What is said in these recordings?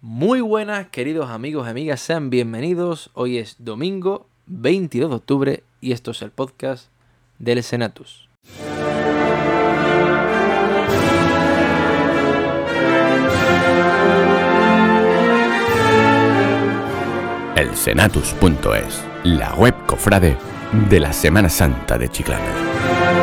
Muy buenas, queridos amigos y amigas, sean bienvenidos. Hoy es domingo 22 de octubre y esto es el podcast del Senatus. Elsenatus.es, la web cofrade de la Semana Santa de Chiclana.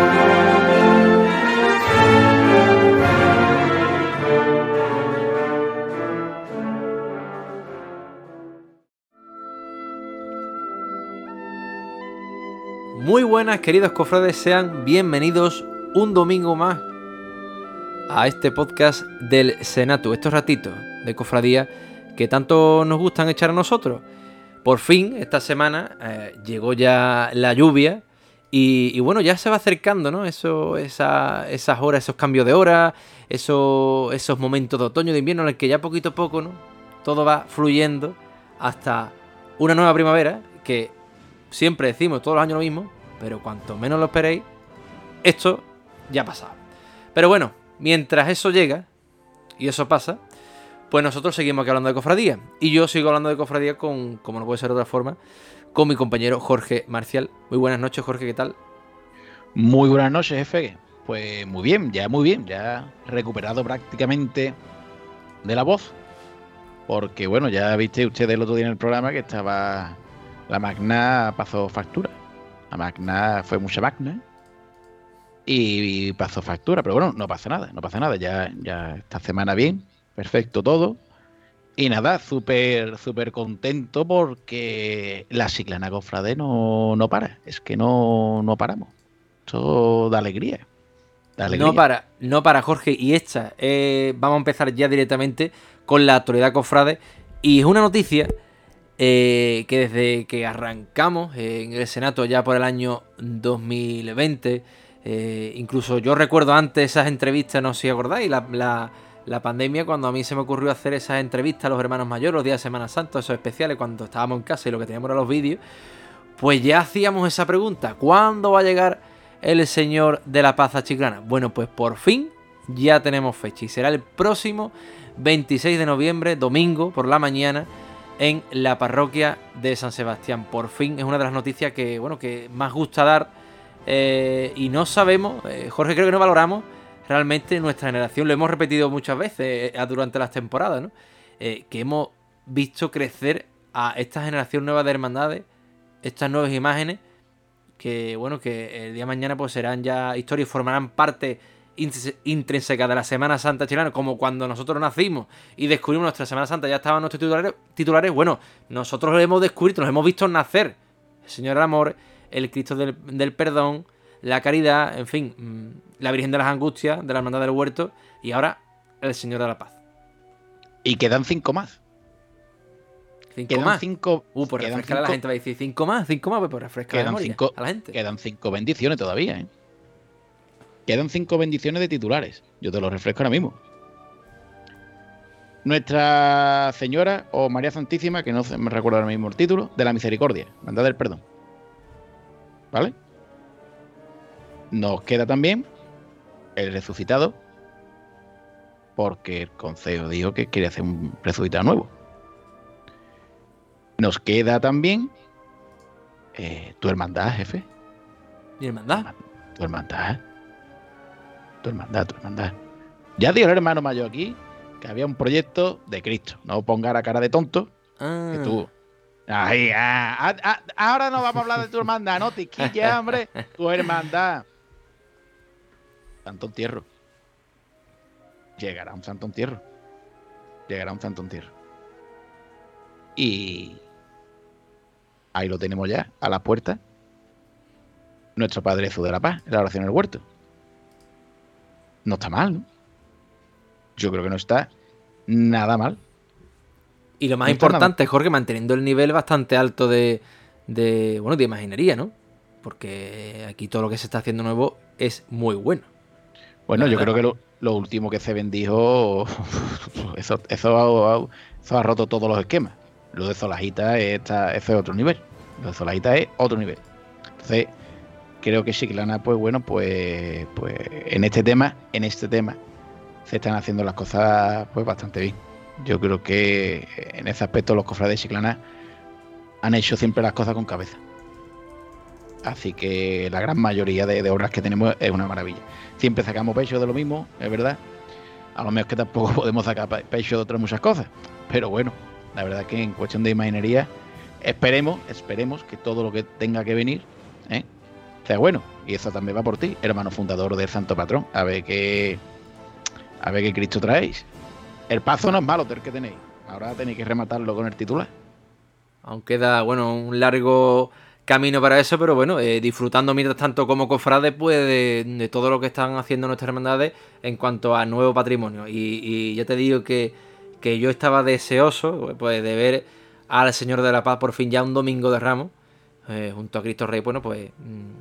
Muy buenas, queridos cofrades, sean bienvenidos un domingo más a este podcast del Senatus, estos ratitos de cofradía que tanto nos gustan echar a nosotros. Por fin, esta semana llegó ya la lluvia y bueno, ya se va acercando, ¿no? Esas horas, esos cambios de hora, esos momentos de otoño, de invierno, en el que ya poquito a poco, ¿no? Todo va fluyendo hasta una nueva primavera, que siempre decimos todos los años lo mismo, pero cuanto menos lo esperéis, esto ya ha pasado. Pero bueno, mientras eso llega y eso pasa, pues nosotros seguimos aquí hablando de cofradía. Y yo sigo hablando de cofradía con, como no puede ser de otra forma, con mi compañero Jorge Marcial. Muy buenas noches, Jorge, ¿qué tal? Muy buenas noches, jefe. Pues muy bien, ya recuperado prácticamente de la voz. Porque bueno, ya viste usted el otro día en el programa que estaba la Magna pasó factura. La Magna fue mucha Magna y pasó factura, pero bueno, no pasa nada. Ya esta semana bien. Perfecto todo. Y nada, súper contento porque la Chiclana Cofrade no para. Es que no paramos. Esto da alegría. No para, Jorge. Y vamos a empezar ya directamente con la actualidad cofrade. Y es una noticia que desde que arrancamos en el Senato ya por el año 2020, incluso yo recuerdo antes esas entrevistas, no sé si acordáis, la pandemia, cuando a mí se me ocurrió hacer esas entrevistas a los hermanos mayores, los días de Semana Santa, esos especiales, cuando estábamos en casa y lo que teníamos eran los vídeos, pues ya hacíamos esa pregunta: ¿cuándo va a llegar el Señor de la Paz a Chiclana? Bueno, pues por fin ya tenemos fecha y será el próximo 26 de noviembre, domingo, por la mañana, en la parroquia de San Sebastián. Por fin es una de las noticias que más gusta dar, y no sabemos, Jorge, creo que no valoramos realmente nuestra generación, lo hemos repetido muchas veces durante las temporadas, ¿no? Que hemos visto crecer a esta generación nueva de hermandades, estas nuevas imágenes, que bueno, que el día de mañana pues serán ya historia y formarán parte intrínseca de la Semana Santa chilena, como cuando nosotros nacimos y descubrimos nuestra Semana Santa, ya estaban nuestros titulares. Bueno, nosotros lo hemos descubierto, nos hemos visto nacer el Señor del Amor, el Cristo del Perdón, la Caridad, en fin, la Virgen de las Angustias, de la Hermandad del Huerto, y ahora el Señor de la Paz. Y quedan 5 más. ¿Cinco más? 5. Pues refrescar a la gente, va a decir 5 más, pues refrescar la memoria a la gente. Quedan 5 bendiciones todavía, ¿eh? Quedan 5 bendiciones de titulares. Yo te lo refresco ahora mismo. Nuestra Señora o María Santísima, que no me recuerdo ahora mismo el título, de la Misericordia, Hermandad del Perdón. ¿Vale? Nos queda también el resucitado, porque el Concejo dijo que quiere hacer un resucitado nuevo. Nos queda también tu hermandad, jefe. ¿Mi hermandad? Tu hermandad. Ya dijo el hermano mayor aquí que había un proyecto de Cristo. No ponga la cara de tonto. Que tú. Ahora no vamos a hablar de tu hermandad, no te quilles, hombre. Tu hermandad. Santo Entierro. Llegará un Santo Entierro. Y ahí lo tenemos ya, a la puerta. Nuestro Padre Jesús de la Paz, en la oración del huerto. No está mal, ¿no? Yo creo que no está nada mal. Y lo más importante, Jorge, manteniendo el nivel bastante alto de imaginería, ¿no? Porque aquí todo lo que se está haciendo nuevo es muy bueno. Bueno, yo creo que lo último que se bendijo, eso ha roto todos los esquemas. Lo de Solajita es otro nivel. Entonces, creo que Chiclana, pues bueno, pues en este tema se están haciendo las cosas pues bastante bien. Yo creo que en ese aspecto los cofrades de Chiclana han hecho siempre las cosas con cabeza. Así que la gran mayoría de obras que tenemos es una maravilla. Siempre sacamos pecho de lo mismo, es verdad. A lo mejor que tampoco podemos sacar pecho de otras muchas cosas. Pero bueno, la verdad que en cuestión de imaginería, esperemos que todo lo que tenga que venir sea bueno. Y eso también va por ti, hermano fundador del Santo Patrón. A ver qué Cristo traéis. El paso no es malo el que tenéis. Ahora tenéis que rematarlo con el titular. Aún queda, bueno, un largo camino para eso, pero bueno, disfrutando mientras tanto como cofrades pues de todo lo que están haciendo nuestras hermandades en cuanto a nuevo patrimonio. Y ya te digo que yo estaba deseoso pues de ver al Señor de la Paz por fin ya un domingo de Ramos, junto a Cristo Rey, bueno, pues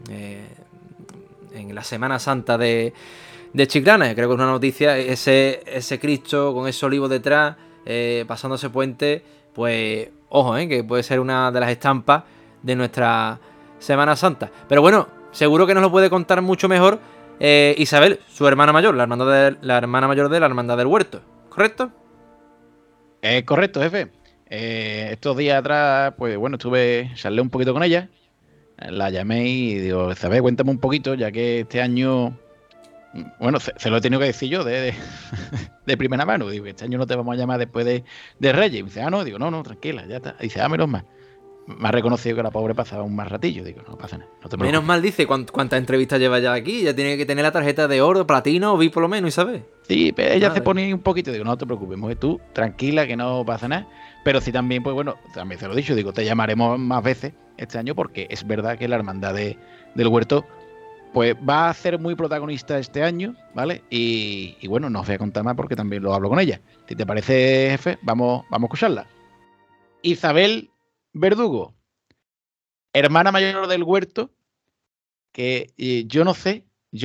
en la Semana Santa de Chiclana. Creo que es una noticia, ese Cristo con ese olivo detrás, pasando ese puente, pues ojo, que puede ser una de las estampas de nuestra Semana Santa. Pero bueno, seguro que nos lo puede contar mucho mejor Isabel, su hermana mayor, la hermana mayor de la Hermandad del Huerto, ¿correcto? Correcto, jefe. Estos días atrás, pues bueno, charlé un poquito con ella, la llamé y digo, Isabel, cuéntame un poquito, ya que este año, bueno, se lo he tenido que decir yo de primera mano. Digo, este año no te vamos a llamar después de Reyes. Y me dice, no, digo, no, tranquila, ya está. Dice, menos mal. Me ha reconocido que la pobre pasaba un más ratillo. Digo, no pasa nada, no te preocupes. Menos mal, dice, ¿cuántas entrevistas lleva ya aquí? Ya tiene que tener la tarjeta de oro, platino o VIP por lo menos, ¿sabes? Sí, pero ella se pone un poquito. Digo, no te preocupes, mujer, tú, tranquila, que no pasa nada. Pero sí también, pues bueno, también se lo he dicho. Digo, te llamaremos más veces este año porque es verdad que la hermandad del Huerto pues va a ser muy protagonista este año, ¿vale? Y bueno, no os voy a contar más porque también lo hablo con ella. Si te parece, jefe, vamos a escucharla. Isabel Verdugo, hermana mayor del Huerto, que yo no sé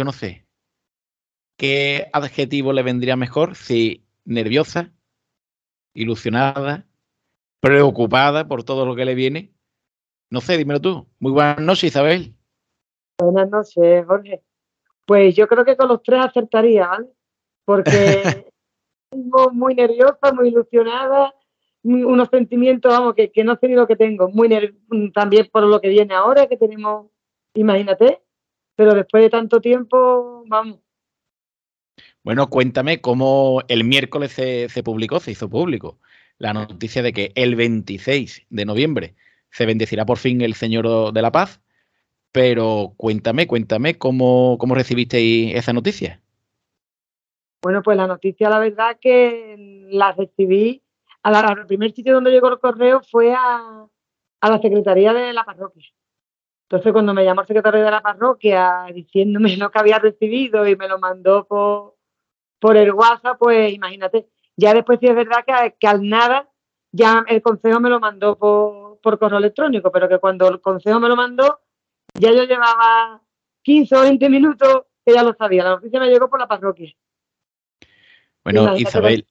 qué adjetivo le vendría mejor, si nerviosa, ilusionada, preocupada por todo lo que le viene. No sé, dímelo tú. Muy buenas noches, Isabel. Buenas noches, Jorge. Pues yo creo que con los tres acertaría, ¿vale? Porque muy nerviosa, muy ilusionada, unos sentimientos, vamos, que no sé ni lo que tengo. También por lo que viene ahora, que tenemos, imagínate, pero después de tanto tiempo, vamos. Bueno, cuéntame cómo el miércoles se hizo público, la noticia de que el 26 de noviembre se bendecirá por fin el Señor de la Paz. Pero cuéntame cómo recibisteis esa noticia. Bueno, pues la noticia, la verdad que la recibí al primer sitio donde llegó el correo fue a la secretaría de la parroquia. Entonces, cuando me llamó el secretario de la parroquia diciéndome lo que había recibido y me lo mandó por el WhatsApp, pues imagínate. Ya después sí es verdad que al nada ya el consejo me lo mandó por correo electrónico, pero que cuando el consejo me lo mandó, ya yo llevaba 15 o 20 minutos que ya lo sabía. La noticia me llegó por la parroquia. Bueno, Isabel,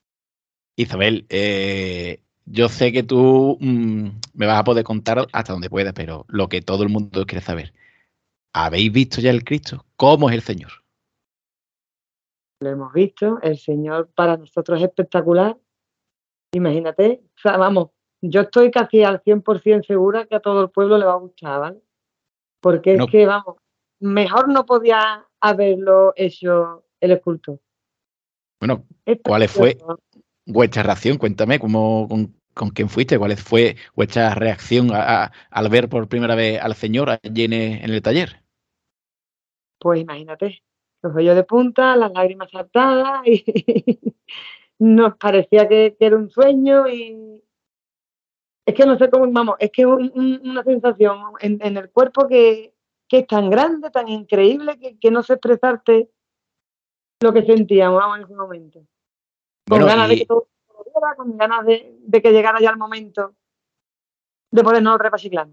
yo sé que tú me vas a poder contar hasta donde puedas, pero lo que todo el mundo quiere saber, ¿habéis visto ya el Cristo? ¿Cómo es el Señor? Lo hemos visto, el Señor para nosotros es espectacular. Imagínate, o sea, vamos, yo estoy casi al 100% segura que a todo el pueblo le va a gustar, ¿vale? Porque es que, vamos, mejor no podía haberlo hecho el escultor. Bueno, ¿cuál fue vuestra reacción? Cuéntame, con quién fuiste, ¿cuál fue vuestra reacción al ver por primera vez al Señor allí en el taller? Pues imagínate, los vellos de punta, las lágrimas saltadas y nos parecía que era un sueño y es que no sé cómo, vamos, es que una sensación en el cuerpo que es tan grande, tan increíble que no sé expresarte lo que sentíamos, vamos, en ese momento. Con ganas de que todo se viera, con ganas de que llegara ya el momento de podernos repasiclar.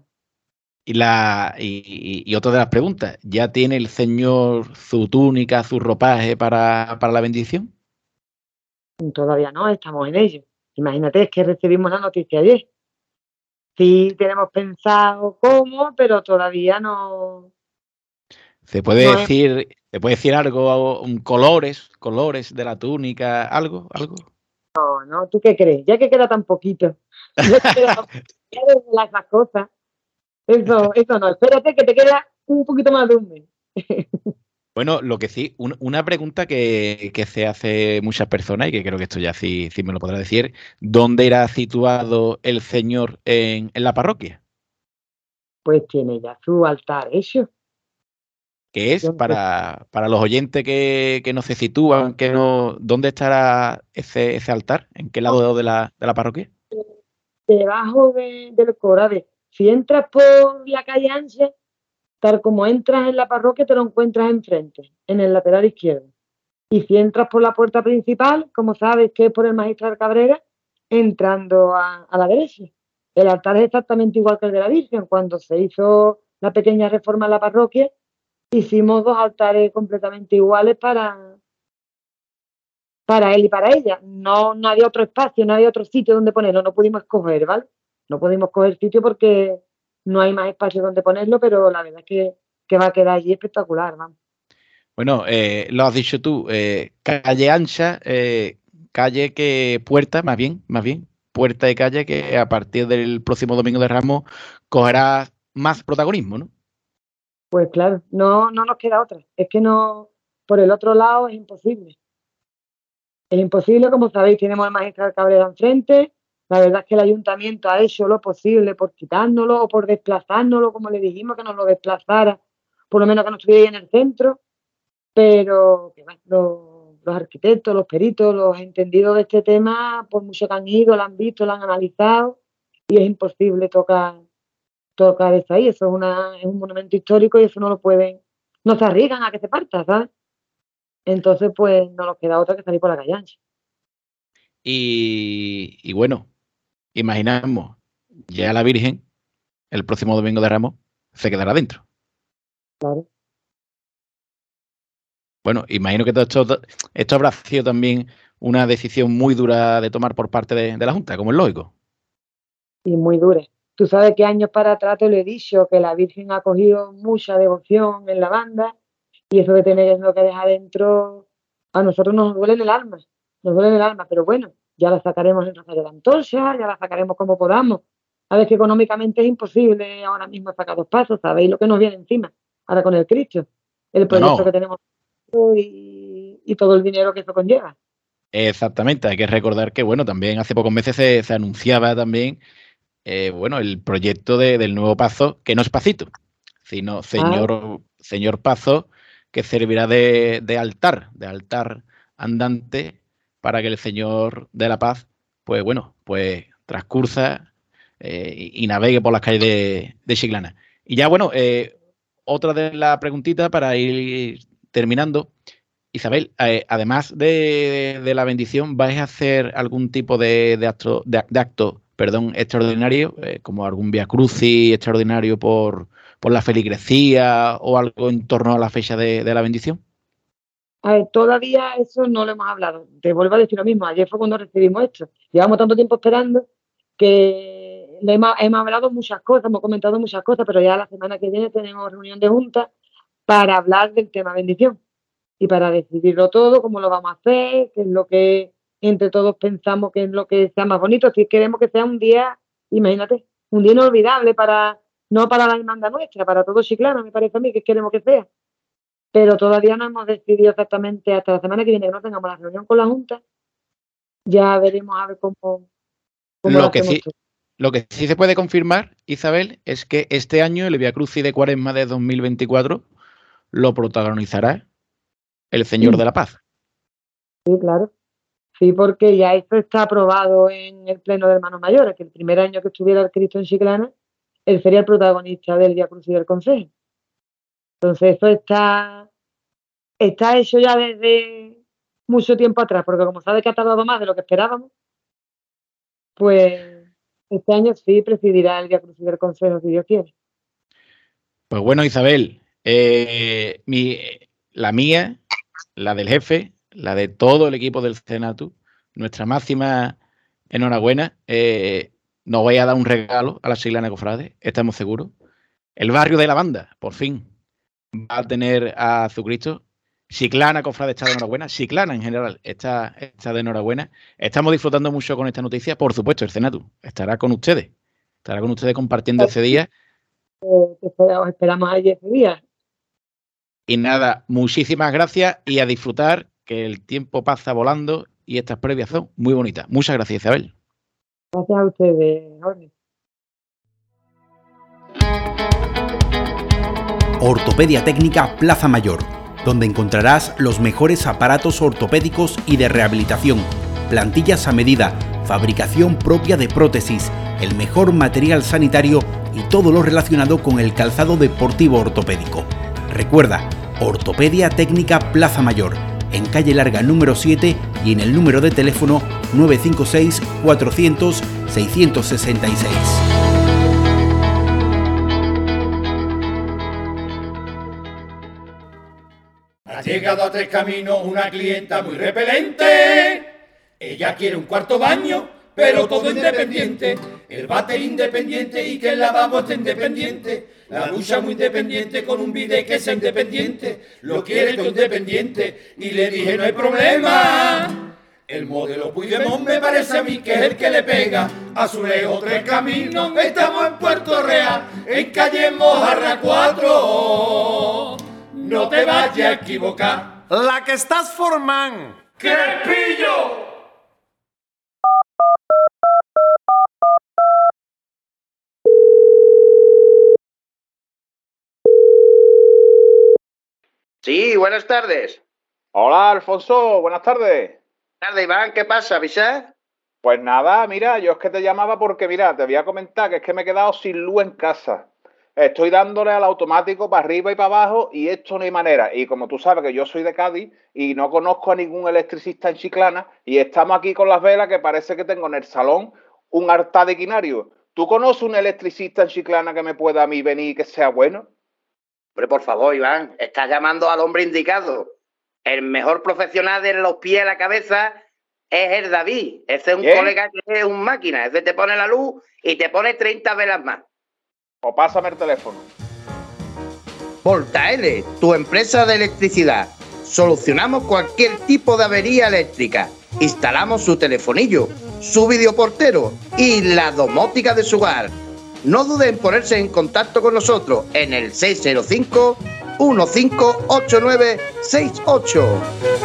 Y otra de las preguntas, ¿ya tiene el Señor su túnica, su ropaje para la bendición? Todavía no, estamos en ello. Imagínate, es que recibimos la noticia ayer. Sí tenemos pensado cómo, pero todavía no. ¿Se puede decir algo, colores de la túnica, algo? No, ¿tú qué crees? Ya que queda tan poquito. Ya que queda tan poquito, ya de esas cosas. Eso no, espérate que te queda un poquito más de un mes. Bueno, lo que sí, una pregunta que se hace muchas personas y que creo que esto ya sí me lo podrá decir, ¿dónde irá situado el señor en la parroquia? Pues tiene ya su altar hecho. Que es Entonces, para los oyentes que no se sitúan, que no, ¿dónde estará ese altar? ¿En qué lado de la parroquia? debajo del coro, a ver, si entras por la calle Ancha, tal como entras en la parroquia, te lo encuentras enfrente, en el lateral izquierdo. Y si entras por la puerta principal, como sabes que es por el Magistral Cabrera, entrando a la derecha. El altar es exactamente igual que el de la Virgen. Cuando se hizo la pequeña reforma en la parroquia, hicimos dos altares completamente iguales para él y para ella. No había otro espacio, no había otro sitio donde ponerlo, no pudimos escoger, ¿vale? No pudimos coger sitio porque no hay más espacio donde ponerlo, pero la verdad es que va a quedar allí espectacular, vamos. Bueno, lo has dicho tú, calle ancha, calle que puerta, más bien, puerta de calle que a partir del próximo Domingo de Ramos cogerá más protagonismo, ¿no? Pues claro, no nos queda otra. Es que no, por el otro lado es imposible. Es imposible, como sabéis, tenemos al Magistral Cabrera enfrente. La verdad es que el ayuntamiento ha hecho lo posible por quitárnoslo o por desplazárnoslo, como le dijimos que nos lo desplazara, por lo menos que no estuviera ahí en el centro. Pero que, bueno, los arquitectos, los peritos, los entendidos de este tema, por mucho que han ido, lo han visto, lo han analizado, y es imposible tocar eso ahí. Eso es un monumento histórico y eso no se arriesgan a que se parta, ¿sabes? Entonces, pues no nos queda otra que salir por la calle ancha. Y bueno, imaginamos, ya la Virgen, el próximo Domingo de Ramos, se quedará dentro. Claro. Bueno, imagino que esto habrá sido también una decisión muy dura de tomar por parte de la Junta, como es lógico. Y muy dura. Tú sabes que años para atrás te lo he dicho, que la Virgen ha cogido mucha devoción en la banda y eso de tener lo que deja dentro, a nosotros nos duele en el alma, pero bueno, ya la sacaremos en Rosario de Antorcha, ya la sacaremos como podamos. Sabes que económicamente es imposible ahora mismo sacar dos pasos, sabéis lo que nos viene encima, ahora con el Cristo, el No, proyecto que no, tenemos y todo el dinero que eso conlleva. exactamente. Hay que recordar que, bueno, también hace pocos meses se anunciaba también, bueno, el proyecto del nuevo Pazo, que no es Pacito, sino Ah, señor Pazo, que servirá de altar andante para que el Señor de la Paz, pues bueno, pues transcursa y navegue por las calles de Chiclana. Y ya, bueno, otra de las preguntitas para ir terminando. Isabel, además de la bendición, ¿vais a hacer algún tipo de acto, perdón, extraordinario, como algún vía crucis extraordinario por la feligresía o algo en torno a la fecha de la bendición? a ver, todavía eso no lo hemos hablado. Te vuelvo a decir lo mismo. Ayer fue cuando recibimos esto. Llevamos tanto tiempo esperando que hemos hablado muchas cosas, hemos comentado muchas cosas, pero ya la semana que viene tenemos reunión de junta para hablar del tema bendición y para decidirlo todo, cómo lo vamos a hacer, qué es lo que entre todos pensamos que es lo que sea más bonito. Si queremos que sea un día, imagínate, un día inolvidable no para la hermandad nuestra, para todo Chiclana, me parece a mí que queremos que sea, pero todavía no hemos decidido exactamente hasta la semana que viene que no tengamos la reunión con la Junta, ya veremos a ver cómo lo Lo que hacemos sí, todo. lo que sí se puede confirmar, Isabel, es que este año el Vía Crucis de Cuaresma de 2024 lo protagonizará el Señor de la Paz. Sí, claro. Sí, porque ya esto está aprobado en el Pleno de Hermanos Mayores, que el primer año que estuviera el Cristo en Chiclana, él sería el protagonista del Vía Crucis del Consejo. Entonces, esto está hecho ya desde mucho tiempo atrás, porque como sabe que ha tardado más de lo que esperábamos, pues este año sí presidirá el Vía Crucis del Consejo, si Dios quiere. Pues bueno, Isabel, la mía, la del jefe, la de todo el equipo del Senatu, nuestra máxima enhorabuena. Nos voy a dar un regalo a la Chiclana Cofrade, estamos seguros. El barrio de la banda, por fin, va a tener a Jesucristo Chiclana, cofrade, está de enhorabuena. Chiclana en general está de enhorabuena. Estamos disfrutando mucho con esta noticia. Por supuesto, el Cenatu estará con ustedes. Estará con ustedes compartiendo ese día. Os esperamos ahí ese día. Y nada, muchísimas gracias y a disfrutar, que el tiempo pasa volando y estas previas son muy bonitas. Muchas gracias, Isabel. Gracias a ustedes, Jorge. Ortopedia Técnica Plaza Mayor, donde encontrarás los mejores aparatos ortopédicos y de rehabilitación, plantillas a medida, fabricación propia de prótesis, el mejor material sanitario y todo lo relacionado con el calzado deportivo ortopédico. Recuerda, Ortopedia Técnica Plaza Mayor, en calle Larga número 7 y en el número de teléfono 956 400 666. Ha llegado a Tres Caminos una clienta muy repelente. Ella quiere un cuarto baño, pero todo independiente. El váter independiente y que el lavabo esté independiente. La ducha muy independiente con un bidet que sea independiente. Lo quiere todo independiente. Y le dije, no hay problema. El modelo Puigdemont me parece a mí que es el que le pega. Azulejo Tres Caminos, estamos en Puerto Real, en calle Mojarra 4. No te vayas a equivocar. La que estás formando. ¡Crespillo! Sí, buenas tardes. Hola, Alfonso, buenas tardes. Buenas tardes, Iván, ¿qué pasa, Vicente? Pues nada, mira, yo es que te llamaba porque, mira, te voy a comentar que es que me he quedado sin luz en casa. Estoy dándole al automático para arriba y para abajo y esto no hay manera. Y como tú sabes que yo soy de Cádiz y no conozco a ningún electricista en Chiclana y estamos aquí con las velas que parece que tengo en el salón un altar de quinario. ¿Tú conoces un electricista en Chiclana que me pueda a mí venir y que sea bueno? Hombre, por favor, Iván, estás llamando al hombre indicado. El mejor profesional de los pies a la cabeza es el David. Ese es un colega que es un máquina. Ese te pone la luz y te pone 30 velas más. O pásame el teléfono. Voltaele, tu empresa de electricidad. Solucionamos cualquier tipo de avería eléctrica. Instalamos su telefonillo, su videoportero y la domótica de su hogar. No dude en ponerse en contacto con nosotros en el 605 158968.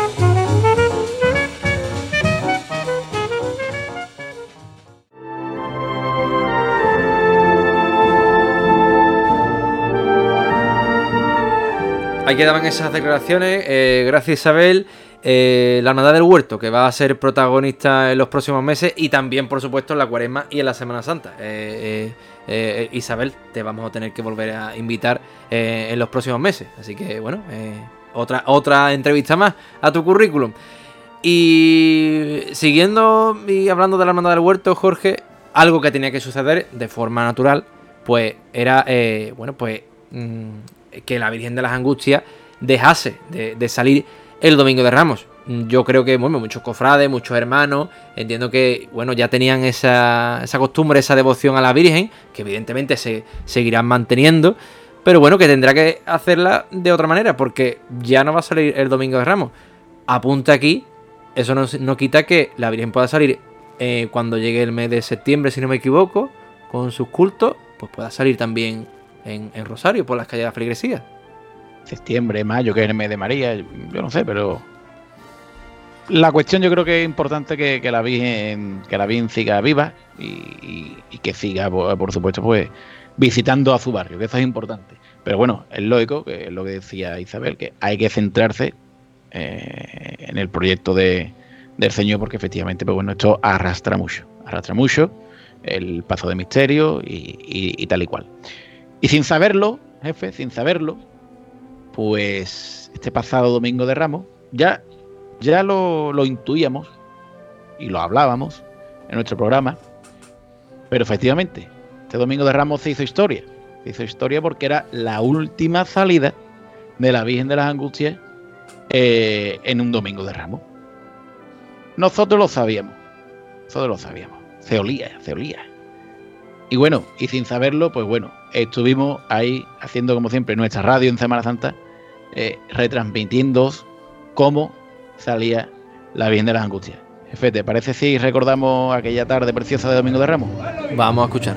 Ahí quedaban esas declaraciones. Gracias, Isabel. La Hermandad del Huerto, que va a ser protagonista en los próximos meses y también, por supuesto, en la Cuaresma y en la Semana Santa. Isabel, te vamos a tener que volver a invitar en los próximos meses. Así que, bueno, otra entrevista más a tu currículum. Y siguiendo y hablando de la Hermandad del Huerto, Jorge, algo que tenía que suceder de forma natural, pues era, que la Virgen de las Angustias dejase de salir el Domingo de Ramos. Yo creo que muchos cofrades, muchos hermanos, entiendo que ya tenían esa costumbre, esa devoción a la Virgen, que evidentemente se seguirán manteniendo, pero que tendrá que hacerla de otra manera, porque ya no va a salir el Domingo de Ramos. Apunta aquí, eso no quita que la Virgen pueda salir cuando llegue el mes de septiembre, si no me equivoco, con sus cultos, pues pueda salir también en Rosario, por las calles de la feligresía. Septiembre, mayo, que es el mes de María, yo no sé, pero la cuestión yo creo que es importante que la Virgen siga viva y que siga, por supuesto, pues visitando a su barrio, que eso es importante. Pero bueno, es lógico, que es lo que decía Isabel, que hay que centrarse en el proyecto del Señor, porque efectivamente, pues esto arrastra mucho el paso de misterio y tal y cual. Y sin saberlo, jefe, pues este pasado Domingo de Ramos ya lo intuíamos y lo hablábamos en nuestro programa, pero efectivamente este Domingo de Ramos se hizo historia porque era la última salida de la Virgen de las Angustias en un Domingo de Ramos. Nosotros lo sabíamos, se olía. Y bueno, y sin saberlo, pues estuvimos ahí haciendo como siempre nuestra radio en Semana Santa, retransmitiendo cómo salía la Virgen de las Angustias. Jefe, ¿te parece si recordamos aquella tarde preciosa de Domingo de Ramos? Vamos a escuchar.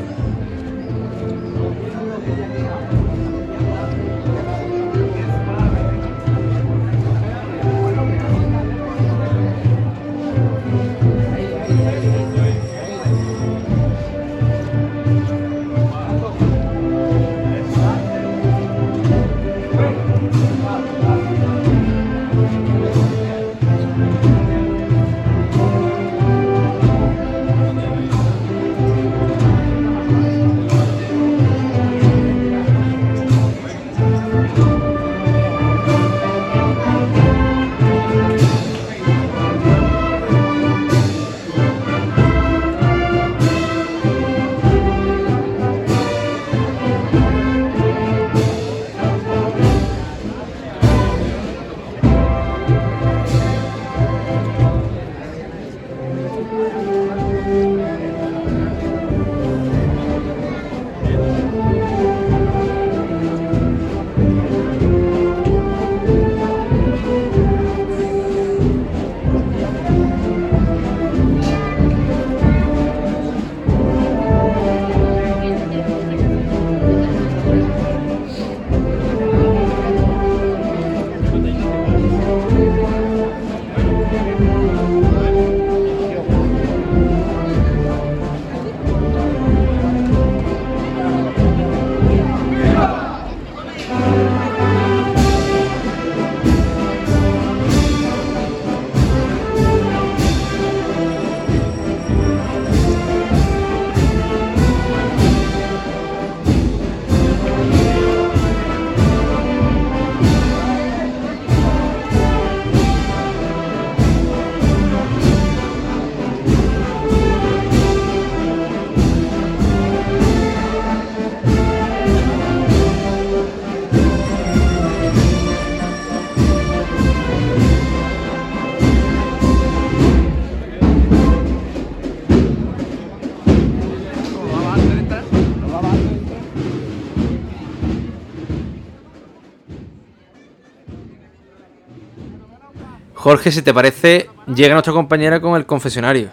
Jorge, si te parece, llega nuestra compañera con el confesionario.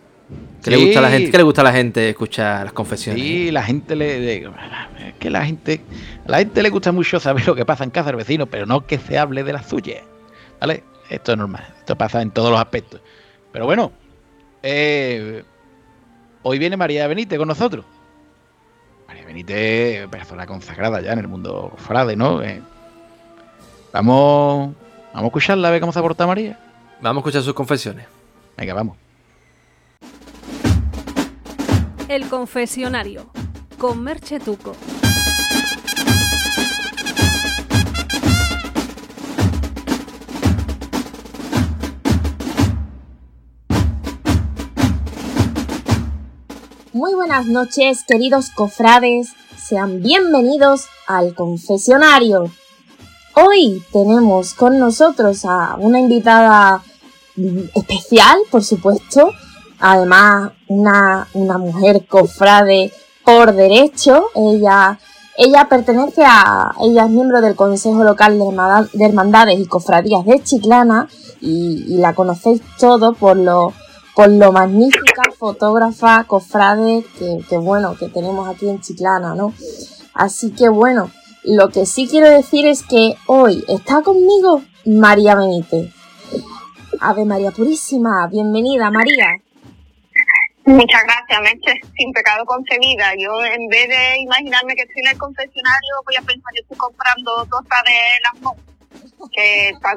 ¿Qué le gusta a la gente? ¿Qué le gusta a la gente escuchar las confesiones? Sí, la gente es que a la gente le gusta mucho saber lo que pasa en casa del vecino, pero no que se hable de las suyas, ¿vale? Esto es normal, esto pasa en todos los aspectos. Pero bueno, hoy viene María Benítez con nosotros. María Benítez, persona consagrada ya en el mundo cofrade, ¿no? Vamos a escucharla, a ver cómo se aporta María. Vamos a escuchar sus confesiones. Venga, vamos. El confesionario, con Merche Tuco. Muy buenas noches, queridos cofrades. Sean bienvenidos al confesionario. Hoy tenemos con nosotros a una invitada especial, por supuesto. Además, una mujer cofrade por derecho. Ella es miembro del Consejo Local de Hermandades y Cofradías de Chiclana y la conocéis todos por lo magnífica fotógrafa cofrade que tenemos aquí en Chiclana, ¿no? Así que bueno, lo que sí quiero decir es que hoy está conmigo María Benítez. Ave María Purísima, bienvenida María. Muchas gracias, Meche. Sin pecado concebida. Yo, en vez de imaginarme que estoy en el confesionario, voy a pensar que estoy comprando tostas de las Mon. Que es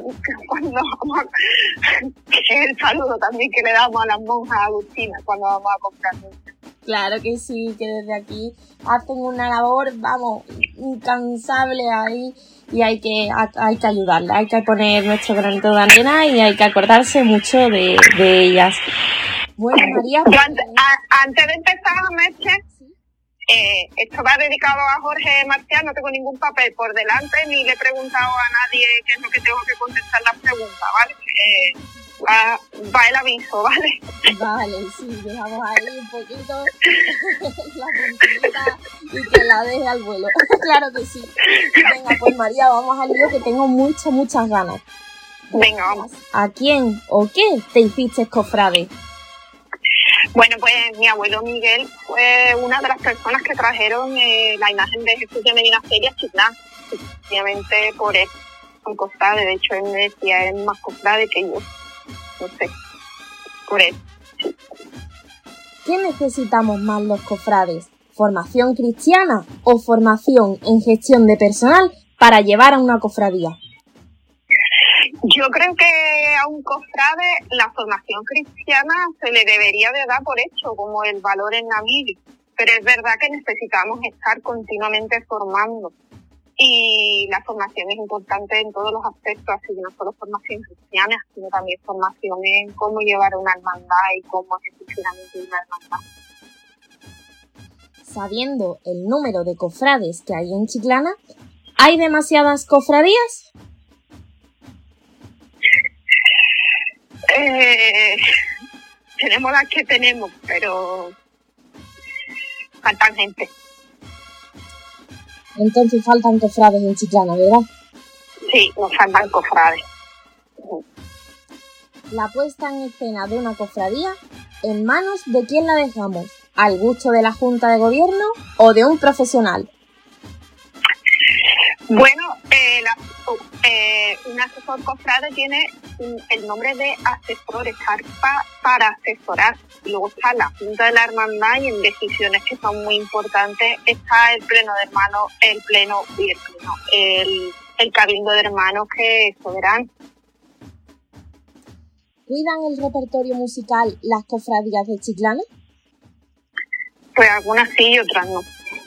el saludo también que le damos a las monjas agustinas cuando vamos a comprar. Claro que sí, que desde aquí hacen una labor, incansable ahí, y hay que ayudarlas, hay que poner nuestro granito de arena y hay que acordarse mucho de ellas. Bueno, María, yo antes de empezar, Merche, esto va dedicado a Jorge Marcial, no tengo ningún papel por delante ni le he preguntado a nadie qué es lo que tengo que contestar las preguntas, ¿vale? Va el aviso, ¿vale? Vale, sí, dejamos ahí un poquito la puntita y que la deje al vuelo. Claro que sí. Venga, pues María, vamos al lío que tengo muchas ganas. Venga, vamos. ¿A quién o qué te hiciste cofrade? Bueno, pues mi abuelo Miguel fue una de las personas que trajeron la imagen de Jesús de Medina Feria a Chiclana. Obviamente por él, un cofrade. De hecho, él me decía, es más cofrade que yo. No sé, por él. Sí. ¿Qué necesitamos más los cofrades? ¿Formación cristiana o formación en gestión de personal para llevar a una cofradía? Yo creo que a un cofrade la formación cristiana se le debería de dar por hecho, como el valor en la mili. Pero es verdad que necesitamos estar continuamente formando. Y la formación es importante en todos los aspectos, así que no solo formación cristiana, sino también formación en cómo llevar una hermandad y cómo es el funcionamiento de una hermandad. Sabiendo el número de cofrades que hay en Chiclana, ¿hay demasiadas cofradías? Tenemos las que tenemos, pero faltan gente. Entonces faltan cofrades en Chiclana, ¿verdad? Sí, nos faltan cofrades. La puesta en escena de una cofradía, ¿en manos de quién la dejamos? ¿Al gusto de la Junta de Gobierno o de un profesional? Bueno, un asesor cofrade tiene el nombre de asesor, estar para asesorar. Y luego está la Junta de la Hermandad y en decisiones que son muy importantes está el pleno de hermanos, el cabildo de hermanos que es soberano. ¿Cuidan el repertorio musical las cofradías de Chiclana? Pues algunas sí y otras no.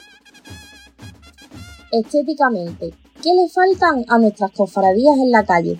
Estéticamente, ¿qué le faltan a nuestras cofradías en la calle?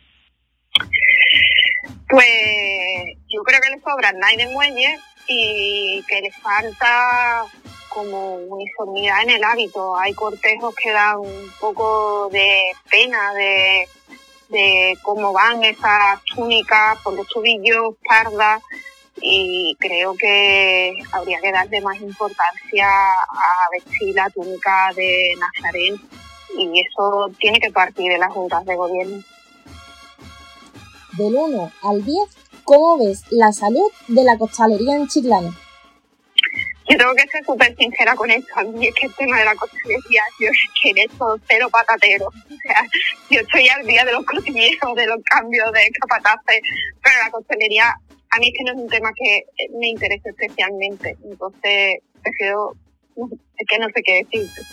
Pues yo creo que le sobran naipes de muelle y que le falta como uniformidad en el hábito. Hay cortejos que dan un poco de pena de cómo van esas túnicas por los tobillos, pardas, y creo que habría que darle más importancia a vestir la túnica de Nazareno, y eso tiene que partir de las juntas de gobierno. Del 1 al 10, ¿cómo ves la salud de la costalería en Chiclana? Yo tengo que ser súper sincera con esto. A mí es que el tema de la costalería, yo es que en esto cero patatero. O sea, yo estoy al día de los cotilleos, de los cambios de capataces, pero la costalería a mí es que no es un tema que me interese especialmente. Entonces prefiero, es que no sé qué decirte.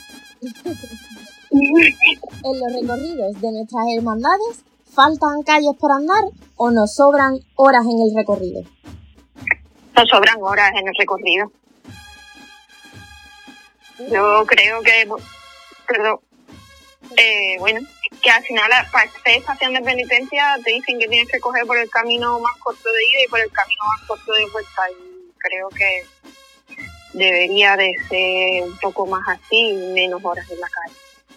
En los recorridos de nuestras hermandades, ¿faltan calles por andar o nos sobran horas en el recorrido? Nos sobran horas en el recorrido. Yo creo que, bueno, que al final para hacer estación de penitencia te dicen que tienes que coger por el camino más corto de ida y por el camino más corto de vuelta, y creo que debería de ser un poco más así, menos horas en la calle.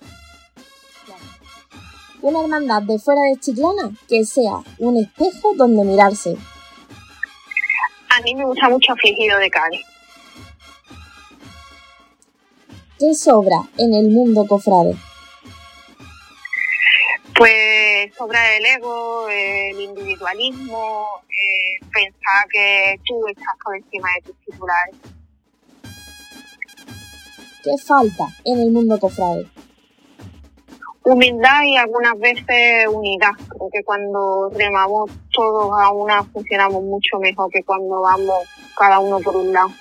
Una hermandad de fuera de Chiclana que sea un espejo donde mirarse. A mí me gusta mucho Afligido de Cádiz. ¿Qué sobra en el mundo cofrade? Pues sobra el ego, el individualismo, pensar que tú estás por encima de tus titulares. ¿Qué falta en el mundo cofrade? Humildad y algunas veces unidad. Creo que cuando remamos todos a una funcionamos mucho mejor que cuando vamos cada uno por un lado.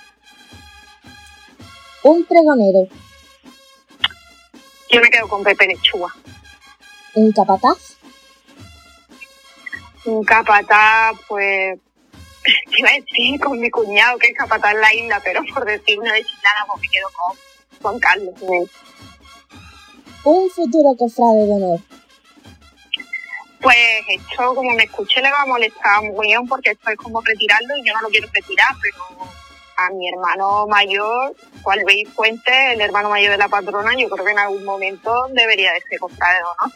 Un pregonero. Yo me quedo con Pepe Lechuga. ¿Un capataz? Un capataz, pues, iba a decir con mi cuñado que es capataz en la isla, pero por decir una de Chiclana, pues me quedo con Juan Carlos. Un futuro cofrade de honor. Pues esto, como me escuché, le va a molestar muy bien porque esto es como retirarlo y yo no lo quiero retirar, pero a mi hermano mayor, Juan Luis Fuentes, el hermano mayor de la patrona, yo creo que en algún momento debería de ser cofrade de honor.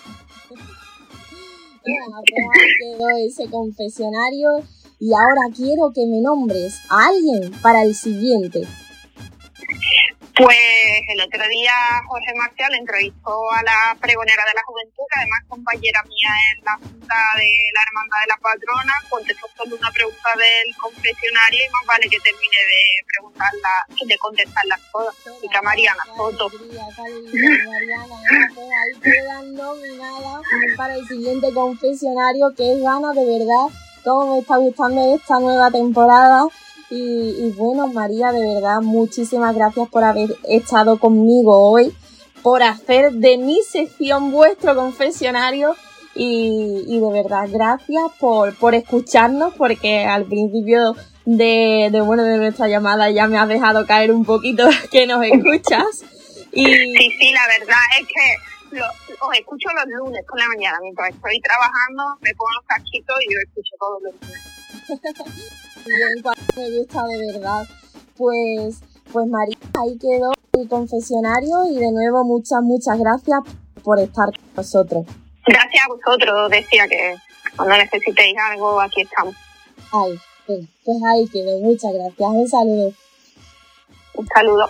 Quedó ese confesionario y ahora quiero que me nombres a alguien para el siguiente. Pues el otro día Jorge Marcial entrevistó a la pregonera de la juventud, que además es compañera mía en la junta de la hermandad de la patrona, contestó solo una pregunta del confesionario y más vale que termine de contestarlas todas. Y que a Mariana Soto. Mariana, pues ahí quedan nominadas para el siguiente confesionario, que es Gana, de verdad, cómo me está gustando esta nueva temporada. Y bueno, María, de verdad, muchísimas gracias por haber estado conmigo hoy, por hacer de mi sección vuestro confesionario y de verdad, gracias por escucharnos, porque al principio de nuestra llamada ya me has dejado caer un poquito que nos escuchas. Sí, la verdad es que os escucho los lunes por la mañana, mientras estoy trabajando, me pongo los casquitos y os escucho todos los lunes. Bien, me gusta de verdad. Pues María, ahí quedó el confesionario y de nuevo muchas gracias por estar con nosotros. Gracias a vosotros, decía que cuando necesitéis algo, aquí estamos. Ay, pues ahí quedó, muchas gracias, un saludo. Un saludo.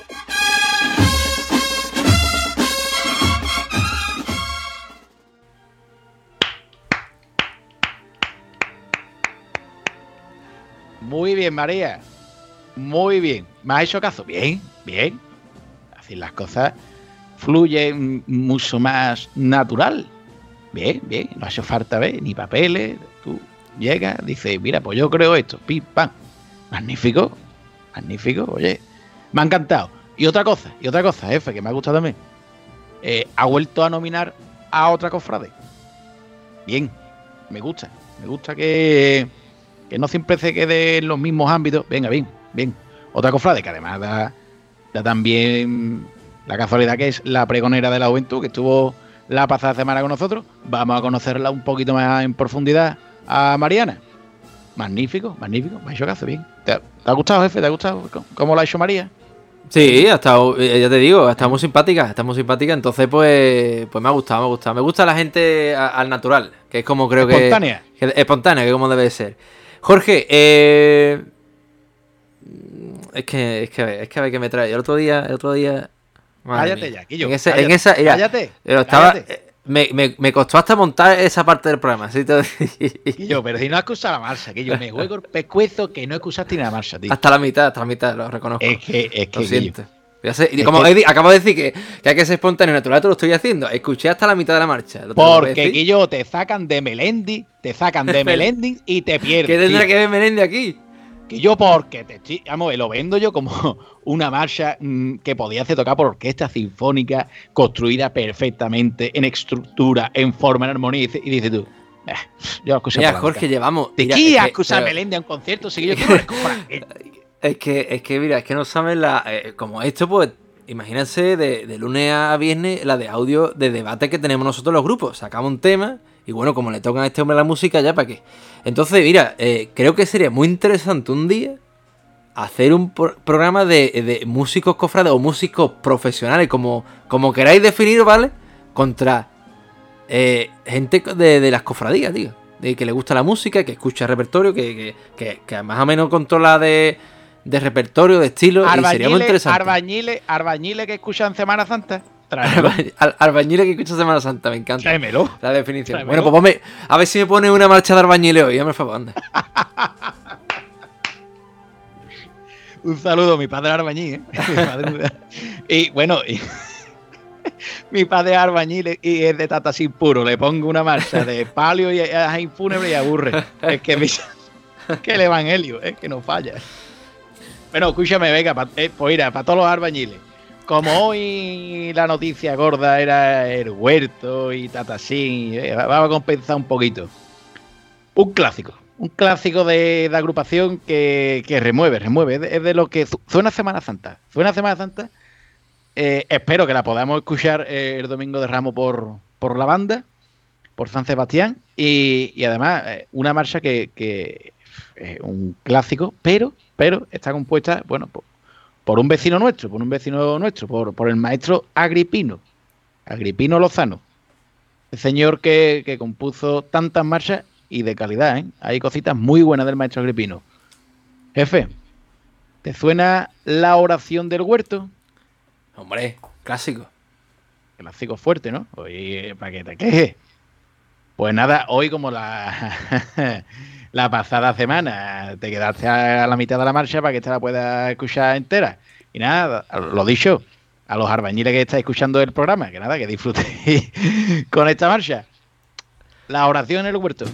Muy bien, María. Muy bien. ¿Me has hecho caso? Bien. Así las cosas fluyen mucho más natural. Bien. No ha hecho falta ver ni papeles. Tú llegas, dices, mira, pues yo creo esto. Pim, pam. Magnífico. Oye, me ha encantado. Y otra cosa, jefe, que me ha gustado también. Ha vuelto a nominar a otra cofrade. Bien. Me gusta que no siempre se quede en los mismos ámbitos. Venga, bien. Otra cofrade que además da también la casualidad que es la pregonera de la juventud, que estuvo la pasada semana con nosotros. Vamos a conocerla un poquito más en profundidad a Mariana. Magnífico. Me ha hecho caso, bien. ¿Te ha gustado, jefe? ¿Te ha gustado cómo lo ha hecho María? Sí, ha estado, ya te digo, está muy simpática, entonces pues me ha gustado. Me gusta la gente al natural, que es como creo espontánea. Que espontánea, que es como debe ser. Jorge, es que a ver qué me trae. El otro día. Cállate ya, Quillo. Cállate. Me costó hasta montar esa parte del programa. ¿Sí? Quillo, pero si no has escuchado la marcha, Quillo, me juego el pescuezo que no escuchaste ni la marcha, tío. Hasta la mitad, lo reconozco. Es que lo siento. Ya sé, y como acabo de decir que hay que ser espontáneo y natural, te lo estoy haciendo. Escuché hasta la mitad de la marcha. Porque, Quillo, te sacan de Melendi, y te pierdes. ¿Qué tendrá que ver Melendi aquí? Quillo, porque lo vendo yo como una marcha que podía ser tocada por orquesta sinfónica, construida perfectamente, en estructura, en forma, en armonía. Y dices tú, yo escuché. Mira, Jorge, llevamos. ¿De qué a escuchar Melendi a un concierto? Si yo quiero recomprar. Es que no saben como esto, pues, imagínense de lunes a viernes la de audio de debate que tenemos nosotros los grupos. Sacamos un tema y bueno, como le tocan a este hombre la música, ya para qué. Entonces, mira, creo que sería muy interesante un día hacer un programa de músicos cofrades o músicos profesionales, como queráis definir, ¿vale? Contra gente de las cofradías, tío. De que le gusta la música, que escucha repertorio, que más o menos controla de repertorio, de estilo, y sería muy interesante. Arbañiles que escuchan Semana Santa. Albañiles que escuchan Semana Santa, me encanta. Tráemelo. La definición. Bueno, pues a ver si me pone una marcha de albañiles hoy, por favor, anda. Un saludo a mi padre albañil, y bueno, mi padre es albañil y es de Tatasín puro. Le pongo una marcha de palio y fúnebre y aburre. Es que el evangelio, es que no falla. Bueno, escúchame, venga, pues mira, para todos los albañiles. Como hoy la noticia gorda era el Huerto y Tatasín, vamos a compensar un poquito. Un clásico de agrupación que remueve. Es de lo que suena Semana Santa. Espero que la podamos escuchar el domingo de Ramos por la banda, por San Sebastián. Y además, una marcha que es un clásico, pero está compuesta, bueno, por un vecino nuestro, por el maestro Agripino Lozano. El señor que compuso tantas marchas y de calidad, ¿eh? Hay cositas muy buenas del maestro Agripino. Jefe, ¿te suena la oración del Huerto? Hombre, clásico. Clásico fuerte, ¿no? Oye, para que te quejes. Pues nada, hoy como la pasada semana te quedaste a la mitad de la marcha para que esta la puedas escuchar entera. Y nada, lo dicho, a los albañiles que estáis escuchando el programa, que nada, que disfrutéis con esta marcha. La oración en el huerto.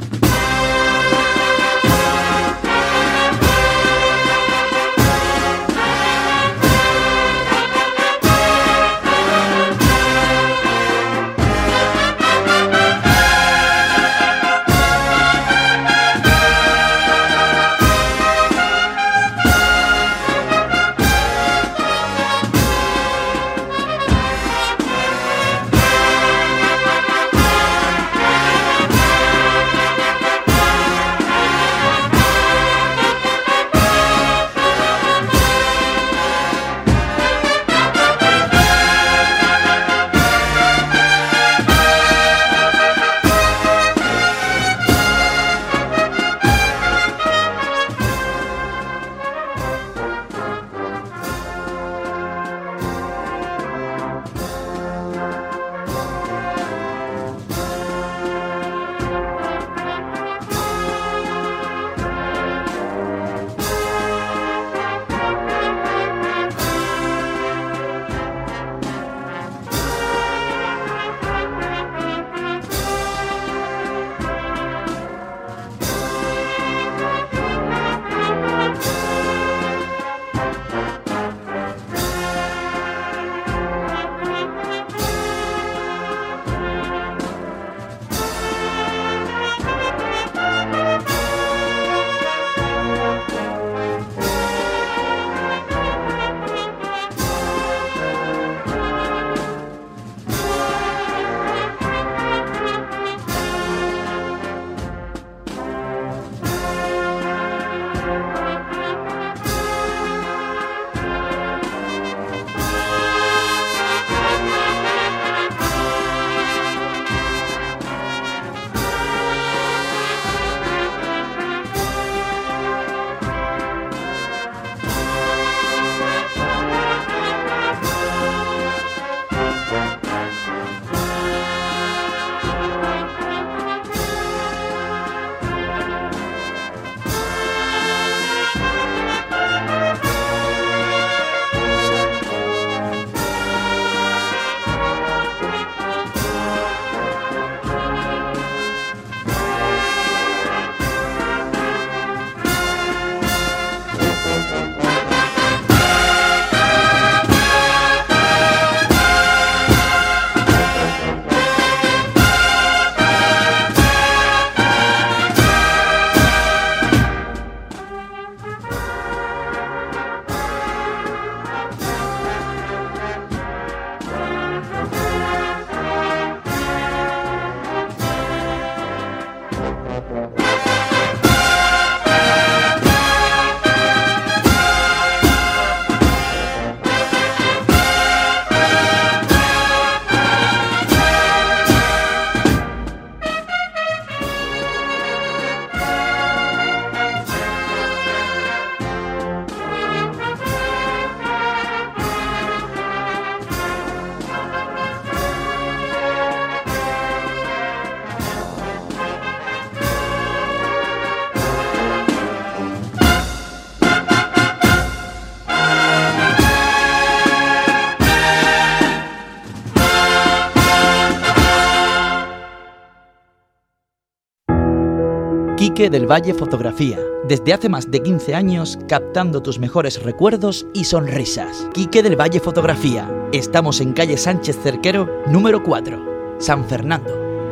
Quique del Valle Fotografía. Desde hace más de 15 años, captando tus mejores recuerdos y sonrisas. Quique del Valle Fotografía. Estamos en calle Sánchez Cerquero, número 4, San Fernando.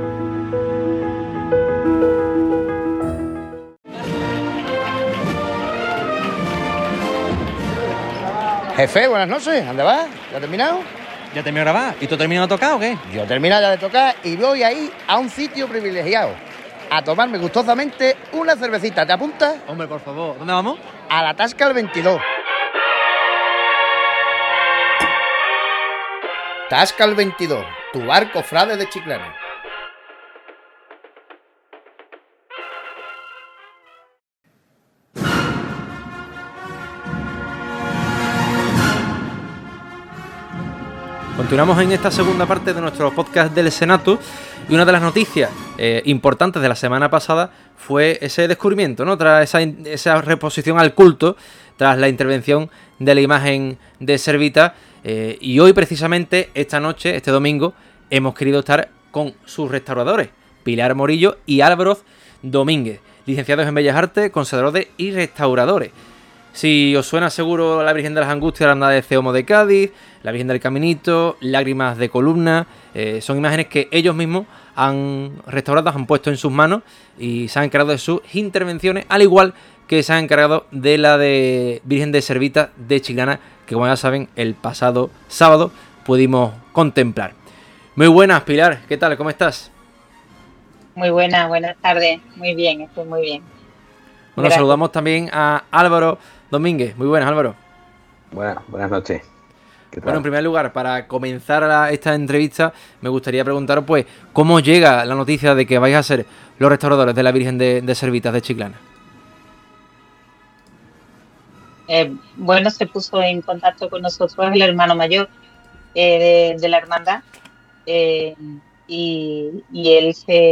Jefe, buenas noches. ¿Dónde vas? ¿Ya has terminado? ¿Ya terminó de grabar? ¿Y tú terminado de tocar o qué? Yo he terminado ya de tocar y voy ahí a un sitio privilegiado a tomarme gustosamente una cervecita. ¿Te apuntas? Hombre, por favor. ¿Dónde vamos? A la Tasca el 22. Tasca el 22, tu bar cofrade de Chiclana. Continuamos en esta segunda parte de nuestro podcast del Senatus y una de las noticias importantes de la semana pasada fue ese descubrimiento, ¿no? Tras esa reposición al culto, tras la intervención de la imagen de Servita, y hoy precisamente, esta noche, este domingo, hemos querido estar con sus restauradores, Pilar Morillo y Álvaro Domínguez, licenciados en Bellas Artes, conservadores y restauradores. Si os suena seguro la Virgen de las Angustias, la Hermandad de Ceomo de Cádiz, la Virgen del Caminito, Lágrimas de Columna, son imágenes que ellos mismos han restaurado, han puesto en sus manos y se han encargado de sus intervenciones, al igual que se han encargado de la de Virgen de Servita de Chiclana, que como ya saben, el pasado sábado pudimos contemplar. Muy buenas, Pilar, ¿qué tal? ¿Cómo estás? Muy buenas tardes, muy bien, estoy muy bien. Bueno, Gracias. saludamos también a Álvaro Domínguez. Muy buenas, Álvaro. Buenas noches. Bueno, en primer lugar, para comenzar esta entrevista, me gustaría preguntaros, pues, ¿cómo llega la noticia de que vais a ser los restauradores de la Virgen de Servitas de Chiclana? Bueno, se puso en contacto con nosotros el hermano mayor de la hermandad, y él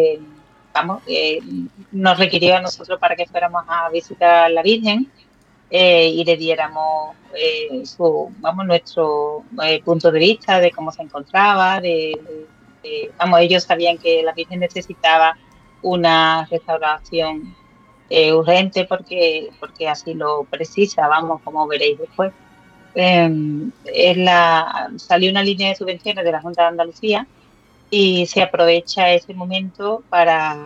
nos requirió a nosotros para que fuéramos a visitar a la Virgen y le diéramos nuestro punto de vista de cómo se encontraba, ellos sabían que la Virgen necesitaba una restauración urgente porque así lo precisa, como veréis después. Salió una línea de subvenciones de la Junta de Andalucía y se aprovecha ese momento para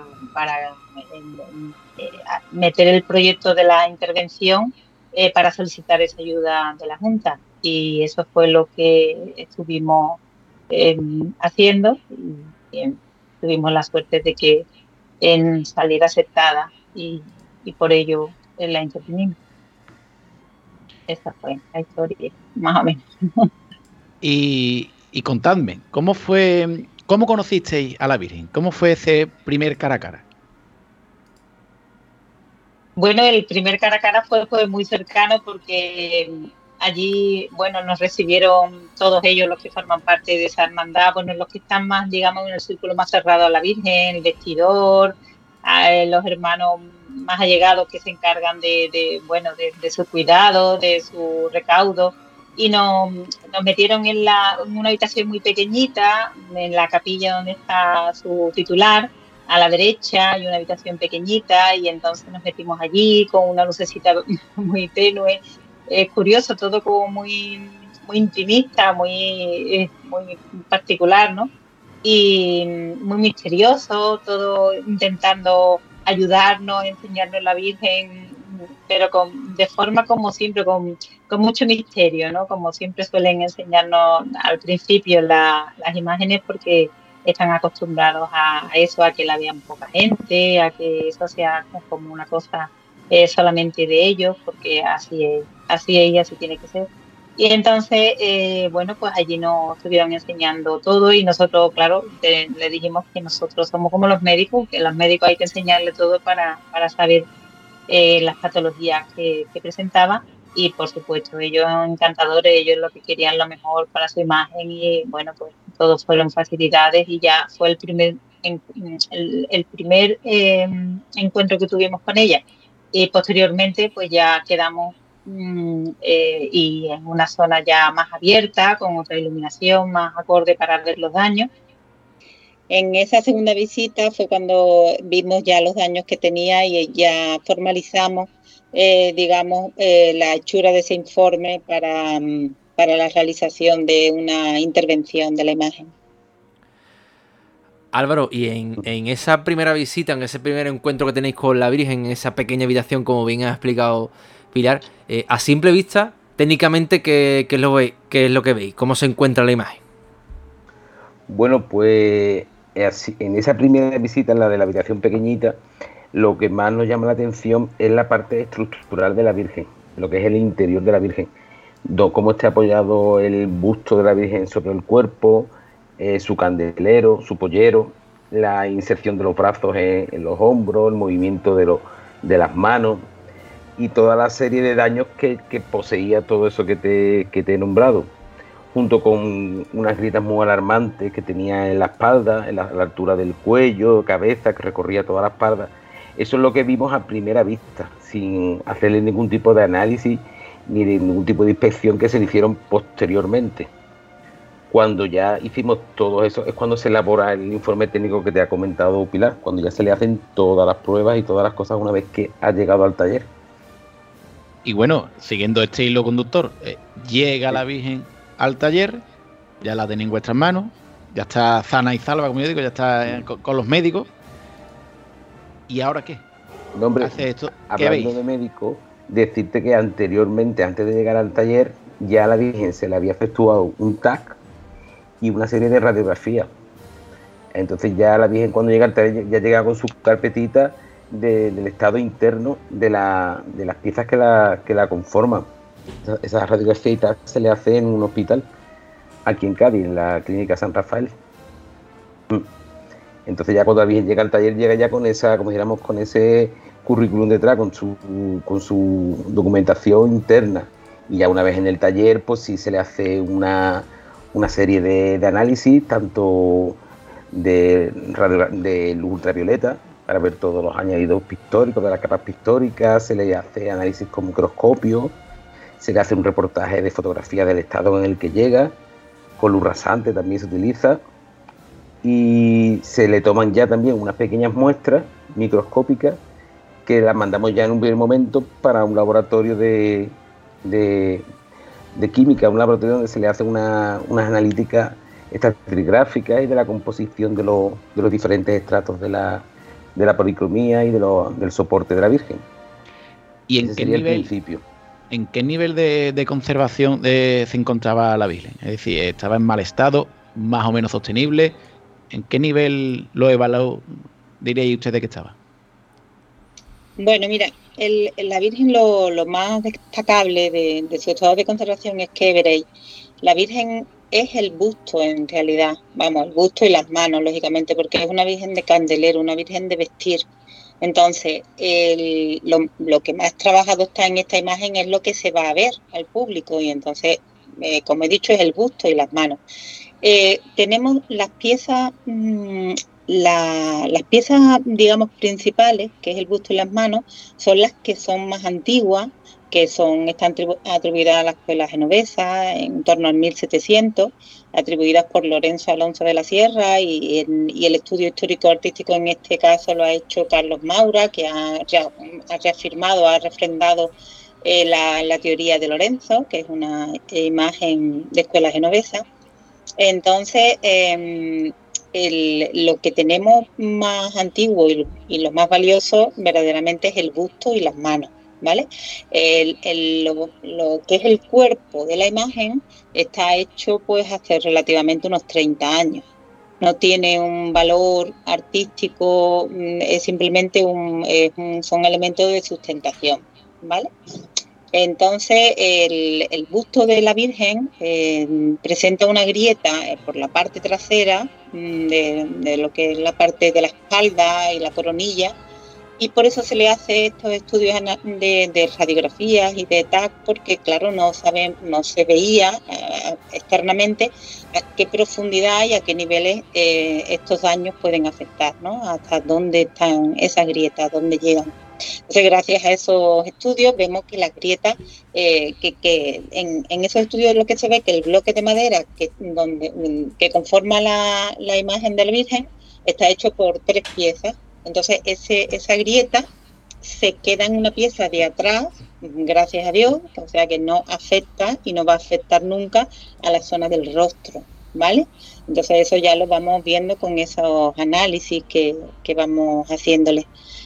meter el proyecto de la intervención para solicitar esa ayuda de la Junta, y eso fue lo que estuvimos haciendo y tuvimos la suerte de que saliera aceptada y por ello la intervenimos. Esa fue la historia, más o menos. Y contadme, ¿cómo conocisteis a la Virgen? ¿Cómo fue ese primer cara a cara? Bueno, el primer cara a cara fue muy cercano porque allí, nos recibieron todos ellos los que forman parte de esa hermandad, los que están más, digamos, en el círculo más cerrado a la Virgen, el vestidor, los hermanos más allegados que se encargan de su cuidado, de su recaudo, y nos metieron en una habitación muy pequeñita, en la capilla donde está su titular, a la derecha, hay una habitación pequeñita, y entonces nos metimos allí con una lucecita muy tenue. Es curioso, todo como muy intimista, muy particular, ¿no? Y muy misterioso, todo intentando ayudarnos, enseñarnos la Virgen, pero de forma como siempre, con mucho misterio, ¿no? Como siempre suelen enseñarnos al principio las imágenes, porque están acostumbrados a eso, a que la vean poca gente, a que eso sea como una cosa solamente de ellos, porque así es y así tiene que ser. Y entonces, pues allí nos estuvieron enseñando todo, y nosotros, claro, le dijimos que nosotros somos como los médicos, que los médicos hay que enseñarle todo para saber las patologías que presentaba, y por supuesto ellos encantadores, ellos lo que querían lo mejor para su imagen, y pues todos fueron facilidades, y ya fue el primer encuentro que tuvimos con ella, y posteriormente pues ya quedamos y en una zona ya más abierta, con otra iluminación más acorde para ver los daños. En esa segunda visita fue cuando vimos ya los daños que tenía, y ya formalizamos la hechura de ese informe para la realización de una intervención de la imagen. Álvaro, y en esa primera visita, en ese primer encuentro que tenéis con la Virgen, en esa pequeña habitación, como bien ha explicado Pilar, a simple vista, técnicamente, ¿qué es lo que veis? ¿Cómo se encuentra la imagen? Bueno, pues en esa primera visita, en la de la habitación pequeñita, lo que más nos llama la atención es la parte estructural de la Virgen, lo que es el interior de la Virgen, cómo está apoyado el busto de la Virgen sobre el cuerpo, su candelero, su pollero, la inserción de los brazos en los hombros, el movimiento de las manos y toda la serie de daños que poseía todo eso que te he nombrado, junto con unas grietas muy alarmantes que tenía en la espalda, a la altura del cuello, cabeza, que recorría toda la espalda. Eso es lo que vimos a primera vista, sin hacerle ningún tipo de análisis ni de ningún tipo de inspección que se le hicieron posteriormente. Cuando ya hicimos todo eso es cuando se elabora el informe técnico que te ha comentado Pilar, cuando ya se le hacen todas las pruebas y todas las cosas una vez que ha llegado al taller. Y bueno, siguiendo este hilo conductor, llega la Virgen al taller, ya la tenéis en vuestras manos, ya está sana y salva, como yo digo, ya está con los médicos. ¿Y ahora qué? No, hombre, ¿Hace esto? hablando de médico, decirte que anteriormente, antes de llegar al taller, ya a la Virgen se le había efectuado un TAC y una serie de radiografías. Entonces ya la Virgen, cuando llega al taller, ya llega con su carpetita del estado interno de las piezas que la conforman. Esas radiografías y tal se le hace en un hospital aquí en Cádiz, en la Clínica San Rafael. Entonces ya cuando la Virgen llega al taller, llega ya con esa, como dijéramos, con ese currículum detrás, con su documentación interna. Y ya una vez en el taller, pues sí se le hace una serie de análisis, tanto de luz ultravioleta, para ver todos los añadidos pictóricos de las capas pictóricas, se le hace análisis con microscopio, se le hace un reportaje de fotografía del estado en el que llega, con luz rasante también se utiliza, y se le toman ya también unas pequeñas muestras microscópicas que las mandamos ya en un primer momento para un laboratorio de química, un laboratorio donde se le hace unas analíticas estratigráficas y de la composición de los diferentes estratos de la policromía y del soporte de la Virgen. ¿Y en qué nivel de conservación se encontraba la Virgen? Es decir, ¿estaba en mal estado, más o menos sostenible? ¿En qué nivel lo evaluó, diríais ustedes que estaba? Bueno, mira, la Virgen lo más destacable de su estado de conservación es que, veréis, la Virgen es el busto en realidad, vamos, el busto y las manos, lógicamente, porque es una Virgen de candelero, una Virgen de vestir. Entonces, lo que más trabajado está en esta imagen es lo que se va a ver al público y entonces, como he dicho, es el busto y las manos. Tenemos las piezas, las piezas, digamos, principales, que es el busto y las manos, son las que son más antiguas, que están atribuidas a la escuela genovesa en torno al 1700, atribuidas por Lorenzo Alonso de la Sierra y el estudio histórico-artístico en este caso lo ha hecho Carlos Maura, que ha reafirmado, ha refrendado la teoría de Lorenzo, que es una imagen de escuela genovesa. Entonces, lo que tenemos más antiguo y lo más valioso verdaderamente es el busto y las manos, ¿vale? Lo que es el cuerpo de la imagen está hecho pues hace relativamente unos 30 años. No tiene un valor artístico, es simplemente son elementos de sustentación, ¿vale? Entonces el busto de la Virgen presenta una grieta por la parte trasera de lo que es la parte de la espalda y la coronilla, y por eso se le hace estos estudios de radiografías y de TAC, porque claro, no se veía externamente a qué profundidad y a qué niveles estos daños pueden afectar, ¿no? Hasta dónde están esas grietas, dónde llegan. Entonces, gracias a esos estudios vemos que las grietas, que en esos estudios lo que se ve que el bloque de madera que conforma la imagen de la Virgen está hecho por 3 piezas. Entonces, esa grieta se queda en una pieza de atrás, gracias a Dios, o sea que no afecta y no va a afectar nunca a la zona del rostro, ¿vale? Entonces, eso ya lo vamos viendo con esos análisis que vamos haciéndole.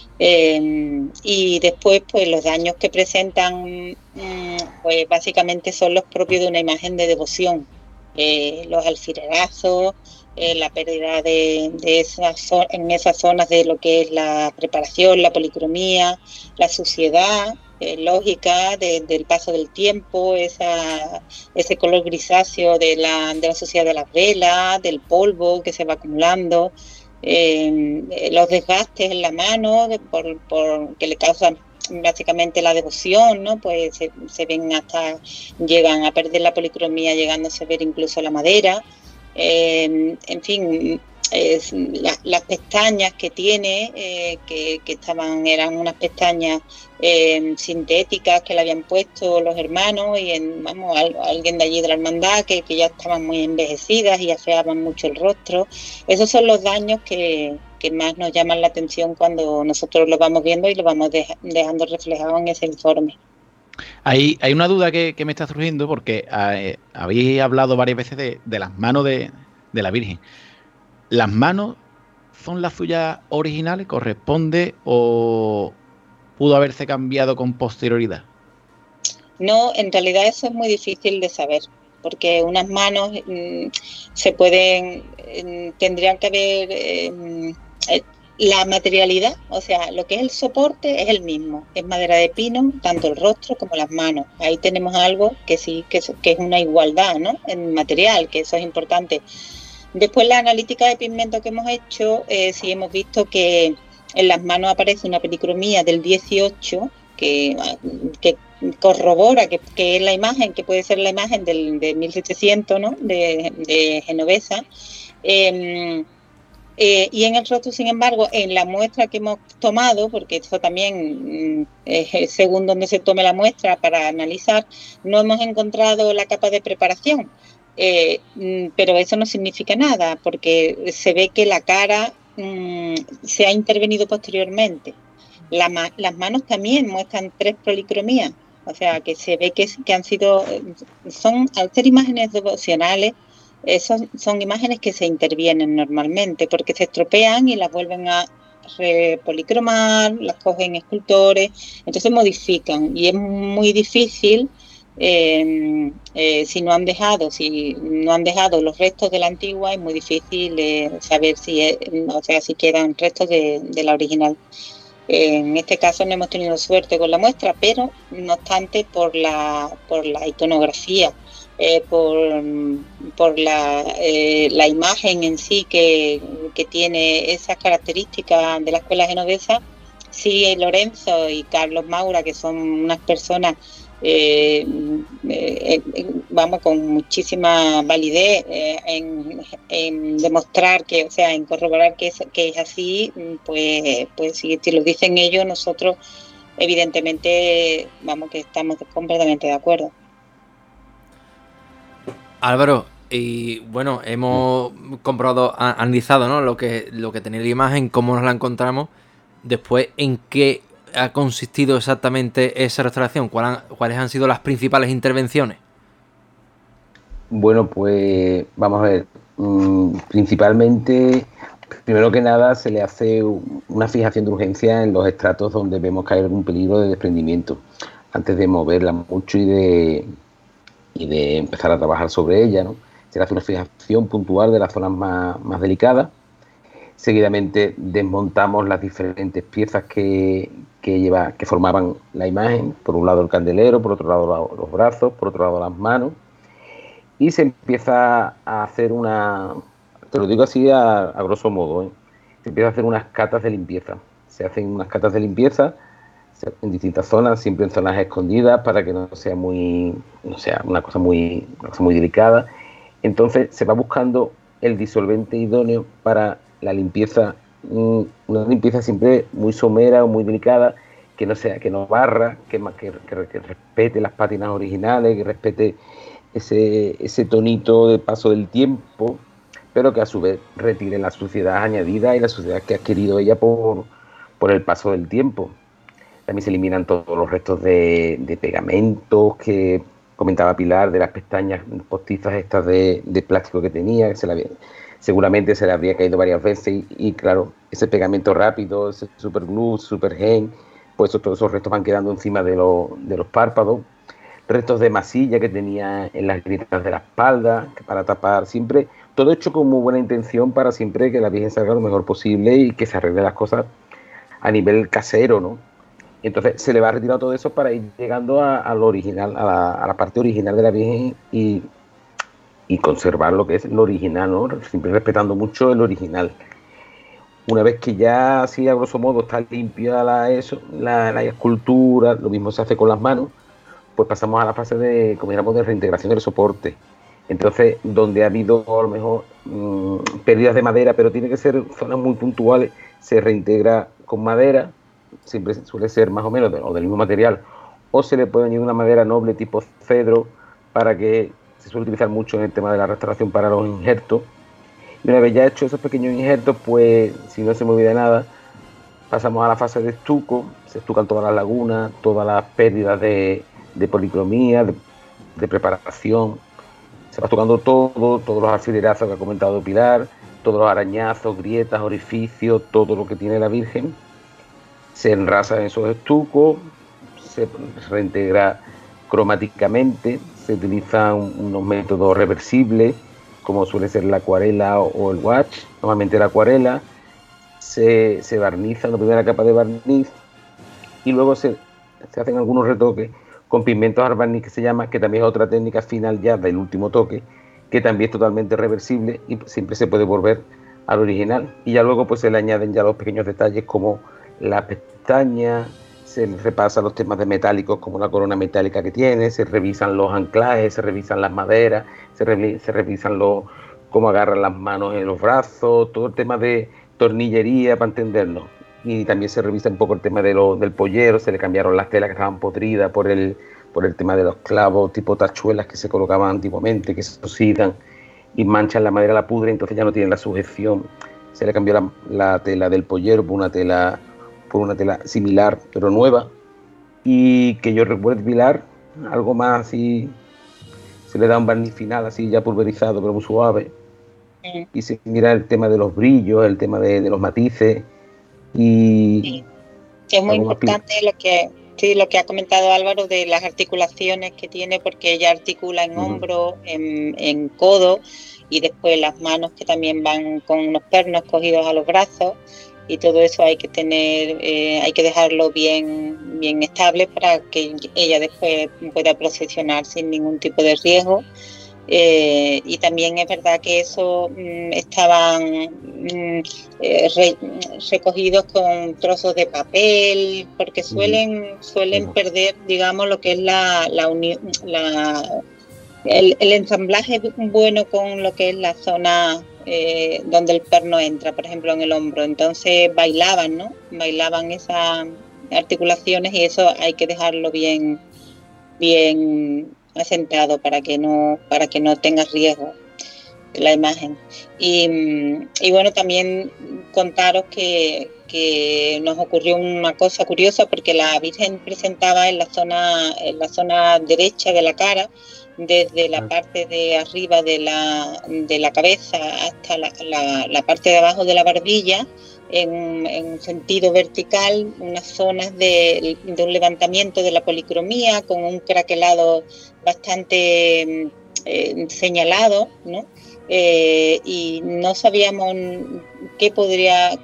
Y después pues los daños que presentan pues básicamente son los propios de una imagen de devoción, los alfilerazos, la pérdida en esas zonas de lo que es la preparación, la policromía, la suciedad lógica del paso del tiempo, ese color grisáceo de la suciedad de las velas, del polvo que se va acumulando, los desgastes en la mano que le causan básicamente la devoción, ¿no? Pues se ven llegan a perder la policromía, llegándose a ver incluso la madera. En fin, las pestañas que tiene, que eran unas pestañas sintéticas que le habían puesto los hermanos y alguien de allí de la hermandad que ya estaban muy envejecidas y afeaban mucho el rostro. Esos son los daños que más nos llaman la atención cuando nosotros lo vamos viendo y lo vamos dejando reflejado en ese informe. Hay una duda que me está surgiendo porque habéis hablado varias veces de las manos de la Virgen. ¿Las manos son las suyas originales? ¿Corresponde o pudo haberse cambiado con posterioridad? No, en realidad eso es muy difícil de saber, porque unas manos tendrían que haber la materialidad, o sea, lo que es el soporte es el mismo, es madera de pino, tanto el rostro como las manos. Ahí tenemos algo que sí, que es una igualdad, ¿no? En material, que eso es importante. Después la analítica de pigmento que hemos hecho, sí hemos visto que en las manos aparece una policromía del 18 que corrobora que es la imagen, que puede ser la imagen de 1700, ¿no? de Genovesa. Y en el rostro, sin embargo, en la muestra que hemos tomado, porque eso también según donde se tome la muestra para analizar, no hemos encontrado la capa de preparación. Pero eso no significa nada, porque se ve que la cara se ha intervenido posteriormente. Las manos también muestran 3 policromías, o sea que se ve que han sido, al ser imágenes devocionales, son imágenes que se intervienen normalmente, porque se estropean y las vuelven a policromar, las cogen escultores, entonces modifican, y es muy difícil. Si no han dejado los restos de la antigua, es muy difícil saber si quedan restos de la original. En este caso no hemos tenido suerte con la muestra, pero no obstante por la iconografía, por la imagen en sí que tiene esas características de la escuela genovesa, sí, Lorenzo y Carlos Maura, que son unas personas con muchísima validez en demostrar que, o sea, en corroborar que es así, pues si lo dicen ellos, nosotros evidentemente que estamos completamente de acuerdo. Álvaro, y bueno, hemos comprobado, analizado, ¿no? lo que tenía la imagen, cómo nos la encontramos, después en qué ha consistido exactamente esa restauración, cuáles han sido las principales intervenciones. Bueno, pues vamos a ver, principalmente, primero que nada, se le hace una fijación de urgencia en los estratos donde vemos que hay algún peligro de desprendimiento, antes de moverla mucho y de empezar a trabajar sobre ella, ¿no? Se le hace una fijación puntual de las zonas más delicadas. Seguidamente desmontamos las diferentes piezas que formaban la imagen, por un lado el candelero, por otro lado los brazos, por otro lado las manos, y se empieza a hacer te lo digo así a grosso modo, se empieza a hacer unas catas de limpieza. Se hacen unas catas de limpieza en distintas zonas, siempre en zonas escondidas para que no sea una cosa muy delicada. Entonces se va buscando el disolvente idóneo para la limpieza, una limpieza siempre muy somera o muy delicada, que no barra, que respete las pátinas originales, que respete ese tonito de paso del tiempo, pero que a su vez retire la suciedad añadida y la suciedad que ha adquirido ella por el paso del tiempo. También se eliminan todos los restos de pegamentos que comentaba Pilar, de las pestañas postizas estas de plástico que tenía, que seguramente se le habría caído varias veces y claro, ese pegamento rápido, ese super glue, super gen, pues todos esos restos van quedando encima de los párpados. Restos de masilla que tenía en las grietas de la espalda, para tapar siempre, todo hecho con muy buena intención para siempre que la Virgen salga lo mejor posible y que se arregle las cosas a nivel casero, ¿no? Entonces se le va retirando todo eso para ir llegando a lo original, a la parte original de la Virgen y conservar lo que es lo original, ¿no? Siempre respetando mucho el original. Una vez que ya así a grosso modo está limpia la escultura, lo mismo se hace con las manos, pues pasamos a la fase de, como digamos, de reintegración del soporte. Entonces, donde ha habido a lo mejor pérdidas de madera, pero tiene que ser zonas muy puntuales, se reintegra con madera, siempre suele ser más o menos o del mismo material, o se le puede añadir una madera noble tipo cedro, para que se suele utilizar mucho en el tema de la restauración para los injertos. Y una vez ya hecho esos pequeños injertos, pues si no se me olvida nada, pasamos a la fase de estuco. Se estucan todas las lagunas, todas las pérdidas de policromía, de preparación. Se va tocando todos los alfilerazos que ha comentado Pilar, todos los arañazos, grietas, orificios, todo lo que tiene la Virgen. Se enrasa en esos estucos, se reintegra cromáticamente, se utilizan unos métodos reversibles, como suele ser la acuarela o el wash. Normalmente la acuarela se barniza la primera capa de barniz y luego se hacen algunos retoques con pigmentos al barniz, que se llama, que también es otra técnica final ya del último toque, que también es totalmente reversible y siempre se puede volver al original. Y ya luego pues se le añaden ya los pequeños detalles como la pestaña, se le repasan los temas de metálicos como la corona metálica que tiene, se revisan los anclajes, se revisan las maderas, se revisan cómo agarran las manos en los brazos, todo el tema de tornillería para entendernos. Y también se revisa un poco el tema del pollero, se le cambiaron las telas que estaban podridas por el tema de los clavos tipo tachuelas que se colocaban antiguamente, que se oxidan y manchan la madera, la pudre, entonces ya no tienen la sujeción. Se le cambió la tela del pollero por una tela similar pero nueva, y que yo recuerdo, Pilar, algo más así, se le da un barniz final así ya pulverizado pero muy suave, y se mira el tema de los brillos, el tema de los matices, y es muy importante lo que ha comentado Álvaro de las articulaciones que tiene, porque ella articula en hombro, en codo, y después las manos, que también van con unos pernos cogidos a los brazos, y todo eso hay que hay que dejarlo bien estable para que ella después pueda procesionar sin ningún tipo de riesgo. Y también es verdad que eso estaban recogidos con trozos de papel, porque suelen perder, digamos, lo que es el ensamblaje bueno con lo que es la zona donde el perno entra, por ejemplo en el hombro. Entonces bailaban esas articulaciones, y eso hay que dejarlo bien asentado para que no tenga riesgo la imagen. Y bueno, también contaros que nos ocurrió una cosa curiosa, porque la Virgen presentaba en la zona derecha de la cara, desde la parte de arriba de la cabeza hasta la parte de abajo de la barbilla, en sentido vertical, unas zonas de un levantamiento de la policromía con un craquelado bastante señalado, ¿no? Y no sabíamos a qué podía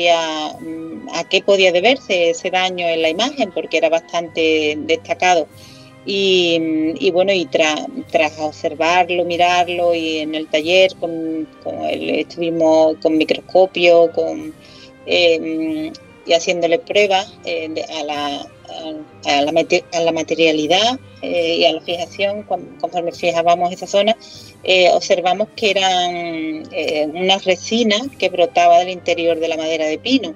deberse ese daño en la imagen, porque era bastante destacado. Y bueno, y tras observarlo, mirarlo, y en el taller estuvimos con microscopio, y haciéndole pruebas a la materialidad y a la fijación. Conforme fijábamos esa zona, observamos que eran unas resinas que brotaba del interior de la madera de pino,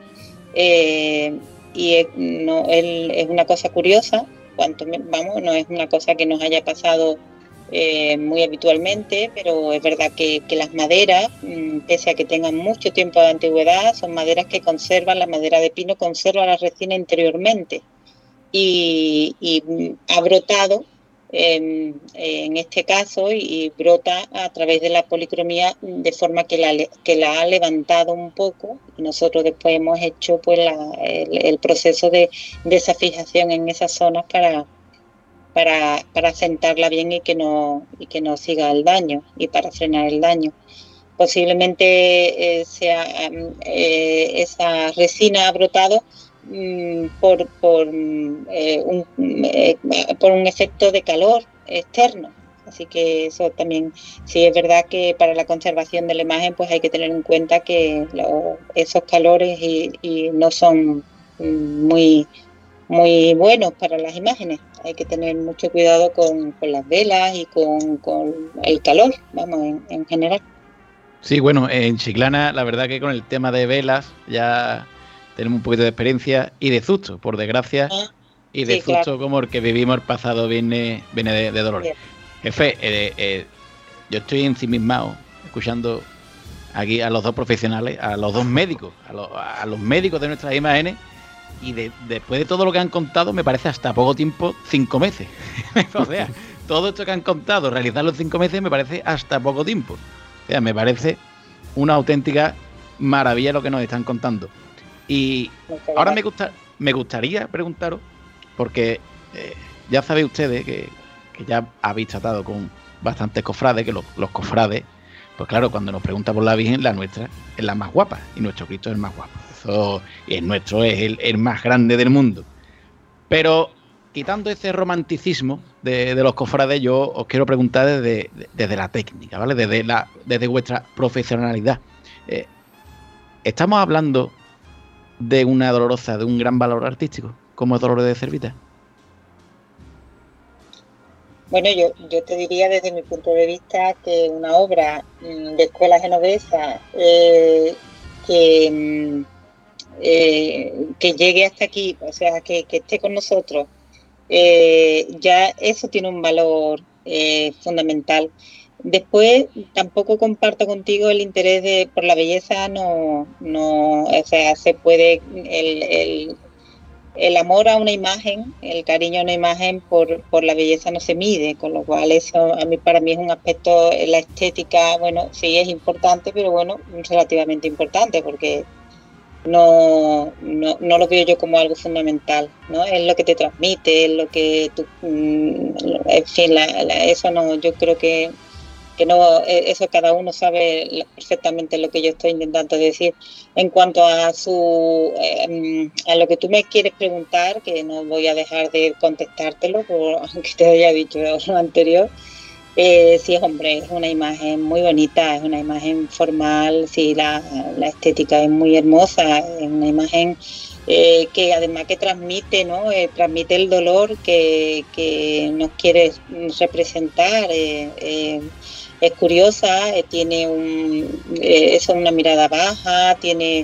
y es una cosa curiosa. No es una cosa que nos haya pasado muy habitualmente, pero es verdad que las maderas, pese a que tengan mucho tiempo de antigüedad, son maderas que conservan, la madera de pino conserva la resina interiormente, y ha brotado en este caso, y brota a través de la policromía, de forma que la ha levantado un poco, y nosotros después hemos hecho pues el proceso de esa fijación en esas zonas para sentarla bien y que no siga el daño, y para frenar el daño. Posiblemente esa resina ha brotado por un efecto de calor externo. Así que eso también, sí es verdad que para la conservación de la imagen pues hay que tener en cuenta que esos calores y no son muy buenos para las imágenes. Hay que tener mucho cuidado con las velas y con el calor, vamos, en general. Sí, bueno, en Chiclana la verdad que con el tema de velas ya tenemos un poquito de experiencia y de susto, por desgracia, y de susto claro, como el que vivimos el pasado viernes de Dolores. Bien. Jefe, yo estoy ensimismado escuchando aquí a los dos profesionales, a los dos médicos, a los médicos de nuestras imágenes, y después de todo lo que han contado me parece hasta poco tiempo 5 meses. O sea, todo esto que han contado, realizarlo en 5 meses me parece hasta poco tiempo. O sea, me parece una auténtica maravilla lo que nos están contando. Y ahora me gustaría preguntaros, porque ya sabéis ustedes que ya habéis tratado con bastantes cofrades, que los cofrades, pues claro, cuando nos preguntan por la Virgen, la nuestra es la más guapa y nuestro Cristo es el más guapo. Eso, y el nuestro es el más grande del mundo. Pero quitando ese romanticismo de los cofrades, yo os quiero preguntar desde la técnica, ¿vale? Desde vuestra profesionalidad. ¿Estamos hablando de una Dolorosa de un gran valor artístico, como es Dolores de Cervita? Bueno, yo te diría desde mi punto de vista que una obra de escuela genovesa que llegue hasta aquí, o sea, que esté con nosotros, ya eso tiene un valor fundamental. Después, tampoco comparto contigo el interés por la belleza, no, o sea, se puede, el amor a una imagen, el cariño a una imagen por la belleza no se mide, con lo cual eso para mí es un aspecto, la estética, bueno, sí es importante, pero bueno, relativamente importante, porque no lo veo yo como algo fundamental, ¿no? Es lo que te transmite, es lo que tú, en fin, eso no, yo creo que no, eso cada uno sabe perfectamente lo que yo estoy intentando decir. En cuanto a a lo que tú me quieres preguntar, que no voy a dejar de contestártelo, aunque te haya dicho lo anterior, sí, hombre, es una imagen muy bonita, es una imagen formal, sí, la estética es muy hermosa, es una imagen que además que transmite, ¿no? Transmite el dolor que nos quiere representar. Es curiosa, tiene una mirada baja, tiene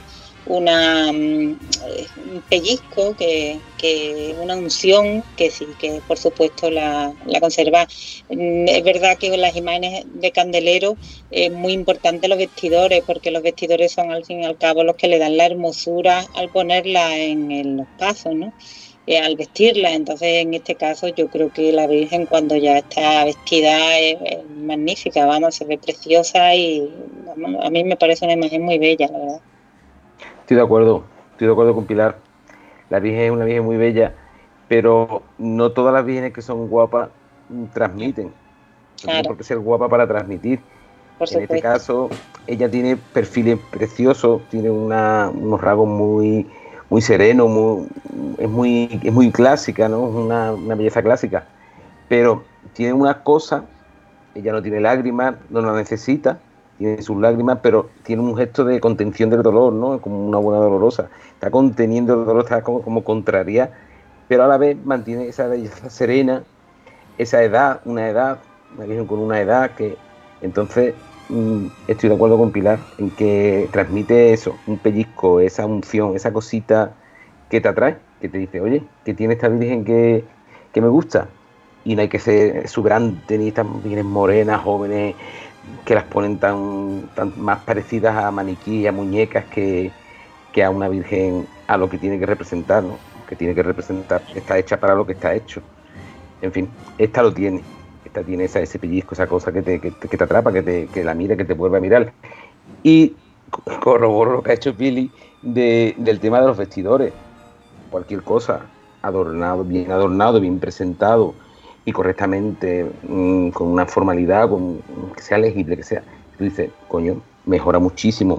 un pellizco, una unción que sí, que por supuesto la conserva. Es verdad que en las imágenes de candelero es muy importante los vestidores, porque los vestidores son al fin y al cabo los que le dan la hermosura al ponerla en los pasos, ¿no? Al vestirla. Entonces, en este caso, yo creo que la Virgen, cuando ya está vestida, es magnífica, vamos, se ve preciosa y vamos, a mí me parece una imagen muy bella, la verdad. Estoy de acuerdo con Pilar. La Virgen es una Virgen muy bella, pero no todas las vírgenes que son guapas transmiten. Claro. No tiene por qué ser guapa para transmitir. En este caso, ella tiene perfiles preciosos, tiene unos rasgos muy sereno, es muy clásica, ¿no? Es una belleza clásica, pero tiene una cosa, ella no tiene lágrimas, no la necesita, tiene sus lágrimas, pero tiene un gesto de contención del dolor, ¿no? Como una buena Dolorosa, está conteniendo el dolor, está como contraria, pero a la vez mantiene esa belleza serena, esa edad, una Virgen con una edad que, entonces, estoy de acuerdo con Pilar en que transmite eso, un pellizco, esa unción, esa cosita que te atrae, que te dice, oye, que tiene esta Virgen que me gusta, y no hay que ser exuberante ni estas vírgenes morenas, jóvenes, que las ponen tan más parecidas a maniquí, a muñecas que a una Virgen, a lo que tiene que representar, ¿no? Que tiene que representar, está hecha para lo que está hecho. En fin, esta lo tiene. Tiene ese pellizco, esa cosa que te atrapa, que la mira, que te vuelve a mirar. Y corroboro lo que ha hecho Pili del tema de los vestidores. Cualquier cosa, adornado, bien presentado y correctamente, con una formalidad, que sea legible, que sea. Tú dices, coño, mejora muchísimo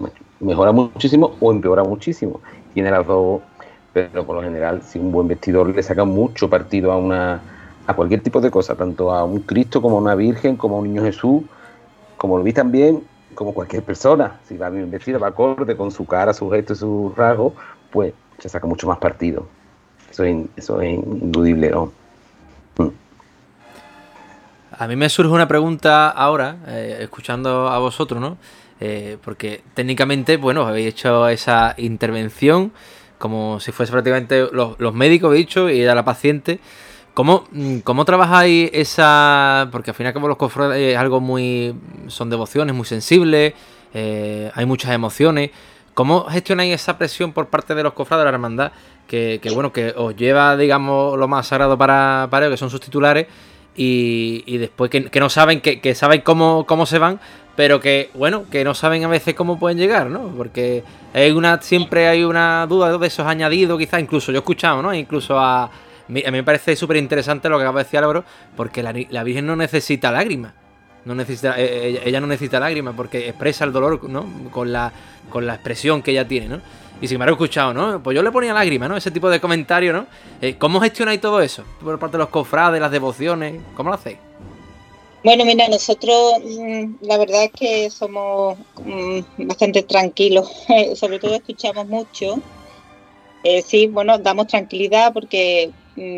o empeora muchísimo. Tiene las dos, pero por lo general, si un buen vestidor le saca mucho partido a a cualquier tipo de cosa, tanto a un Cristo como a una Virgen, como a un Niño Jesús, como lo vi también, como cualquier persona. Si va bien vestida, va acorde con su cara, su gesto y sus rasgos, pues se saca mucho más partido. Eso es indudible, ¿no? A mí me surge una pregunta ahora, escuchando a vosotros, ¿no? Porque técnicamente, bueno, habéis hecho esa intervención como si fuese prácticamente los médicos, he dicho, y era la paciente. ¿Cómo trabajáis esa...? Porque al final como los cofrades es algo muy... son devociones muy sensibles, hay muchas emociones. ¿Cómo gestionáis esa presión por parte de los cofrades de la hermandad? Que bueno, que os lleva, digamos, lo más sagrado para ellos, que son sus titulares, y después que no saben, que saben cómo se van, pero que, bueno, que no saben a veces cómo pueden llegar, ¿no? Porque siempre hay una duda de esos añadidos, quizás, incluso yo he escuchado, ¿no? Incluso a mí me parece súper interesante lo que acaba de decir Álvaro, porque la Virgen no necesita lágrimas. Ella no necesita lágrimas porque expresa el dolor, ¿no? Con la expresión que ella tiene, ¿no? Y si me lo he escuchado, ¿no? Pues yo le ponía lágrimas, ¿no? Ese tipo de comentarios, ¿no? ¿Cómo gestionáis todo eso? Por parte de los cofrades, las devociones, ¿cómo lo hacéis? Bueno, mira, nosotros la verdad es que somos bastante tranquilos, sobre todo escuchamos mucho. Sí, bueno, damos tranquilidad porque